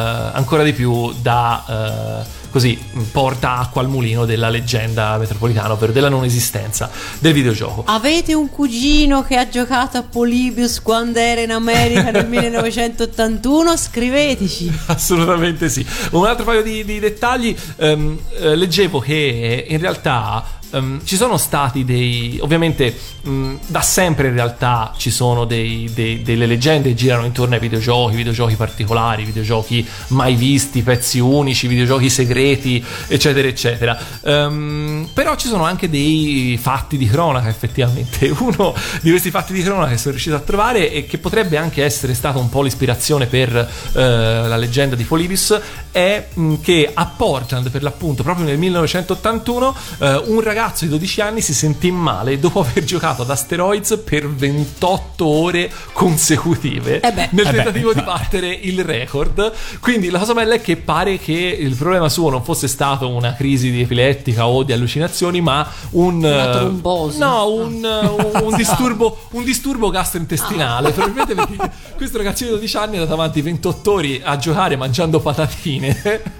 Speaker 4: da così porta acqua al mulino della leggenda metropolitana, ovvero della non esistenza del videogioco.
Speaker 5: Avete un cugino che ha giocato a Polybius quando era in America nel 1981? Scriveteci.
Speaker 4: Assolutamente sì. Un altro paio di dettagli, leggevo che in realtà ci sono stati ovviamente da sempre in realtà ci sono delle leggende che girano intorno ai videogiochi particolari, videogiochi mai visti, pezzi unici, videogiochi segreti, eccetera eccetera, però ci sono anche dei fatti di cronaca. Effettivamente uno di questi fatti di cronaca che sono riuscito a trovare e che potrebbe anche essere stato un po' l'ispirazione per la leggenda di Polybius è che a Portland, per l'appunto proprio nel 1981, un ragazzo di 12 anni si sentì male dopo aver giocato ad Asteroids per 28 ore consecutive nel tentativo di battere il record. Quindi la cosa bella è che pare che il problema suo non fosse stato una crisi di epilettica o di allucinazioni, ma una
Speaker 5: trombosi.
Speaker 4: un disturbo gastrointestinale. Probabilmente perché questo ragazzino di 12 anni è andato avanti 28 ore a giocare mangiando patatine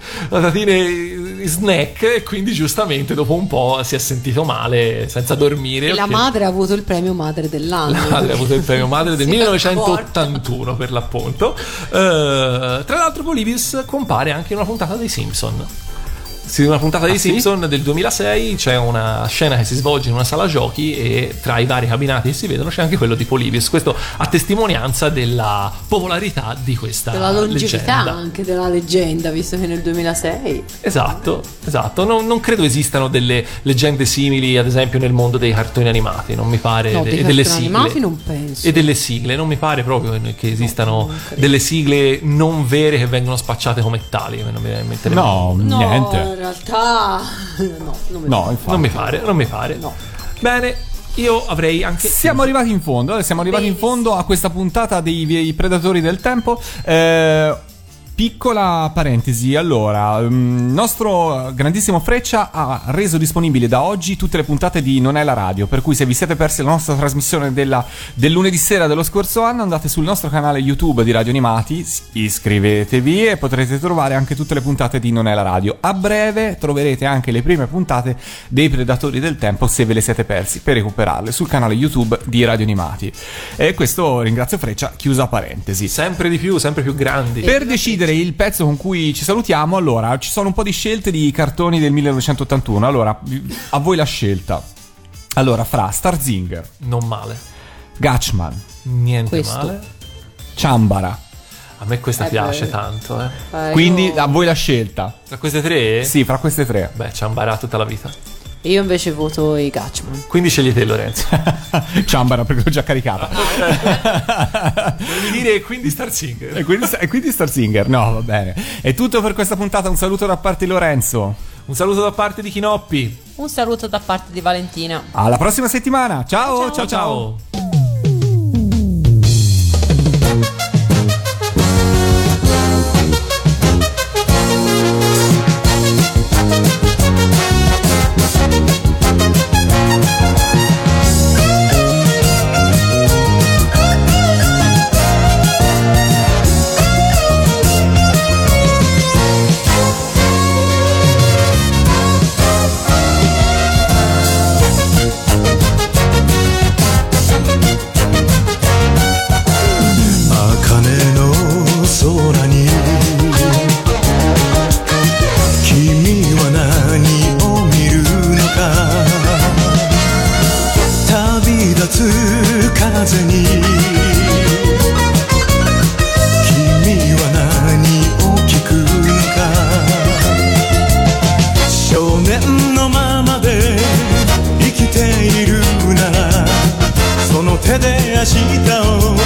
Speaker 4: snack, e quindi giustamente dopo un po' si è sentito male senza dormire.
Speaker 5: E la madre ha avuto il premio madre dell'anno.
Speaker 4: La madre ha avuto il premio madre del 1981 per l'appunto. Tra l'altro Polybius compare anche in una puntata dei Simpson. Sì, una puntata dei Simpson del 2006 c'è una scena che si svolge in una sala giochi e tra i vari cabinati che si vedono c'è anche quello di Polybius. Questo a testimonianza della popolarità di questa
Speaker 5: della longevità
Speaker 4: leggenda.
Speaker 5: Anche della leggenda, visto che nel 2006
Speaker 4: esatto. Non credo esistano delle leggende simili ad esempio nel mondo dei cartoni animati, non mi pare,
Speaker 5: dei
Speaker 4: delle
Speaker 5: cartoni
Speaker 4: sigle
Speaker 5: animati non penso.
Speaker 4: E delle sigle non mi pare proprio che esistano delle sigle non vere che vengono spacciate come tali. Non mi viene in mente
Speaker 3: niente.
Speaker 5: In realtà
Speaker 4: non mi pare. No. Bene, io avrei anche
Speaker 3: siamo arrivati in fondo a questa puntata dei Predatori del Tempo. Piccola parentesi, allora, nostro grandissimo Freccia ha reso disponibili da oggi tutte le puntate di Non è la radio, per cui se vi siete persi la nostra trasmissione del lunedì sera dello scorso anno, andate sul nostro canale YouTube di Radio Animati, iscrivetevi e potrete trovare anche tutte le puntate di Non è la radio. A breve troverete anche le prime puntate dei Predatori del Tempo, se ve le siete persi, per recuperarle sul canale YouTube di Radio Animati. E questo, ringrazio Freccia, chiusa parentesi.
Speaker 4: Sempre di più, sempre più grandi.
Speaker 3: Per decidere il pezzo con cui ci salutiamo, allora ci sono un po' di scelte di cartoni del 1981. Allora, a voi la scelta. Allora, fra Starzinger,
Speaker 4: non male,
Speaker 3: Gatchman,
Speaker 4: niente male,
Speaker 3: Ciambara.
Speaker 4: A me questa piace tanto,
Speaker 3: Quindi a voi la scelta.
Speaker 4: Tra queste tre?
Speaker 3: Sì, fra queste tre.
Speaker 4: Beh, Ciambara tutta la vita.
Speaker 5: Io invece voto i Gatchman.
Speaker 4: Quindi scegli te, Lorenzo.
Speaker 3: Ciambara, perché l'ho già caricata.
Speaker 4: Devi dire quindi Starzinger.
Speaker 3: E quindi Starzinger. No, va bene. È tutto per questa puntata. Un saluto da parte di Lorenzo.
Speaker 4: Un saluto da parte di Chinoppi.
Speaker 5: Un saluto da parte di Valentina.
Speaker 3: Alla prossima settimana. Ciao.
Speaker 4: Ciao.
Speaker 10: 手で明日を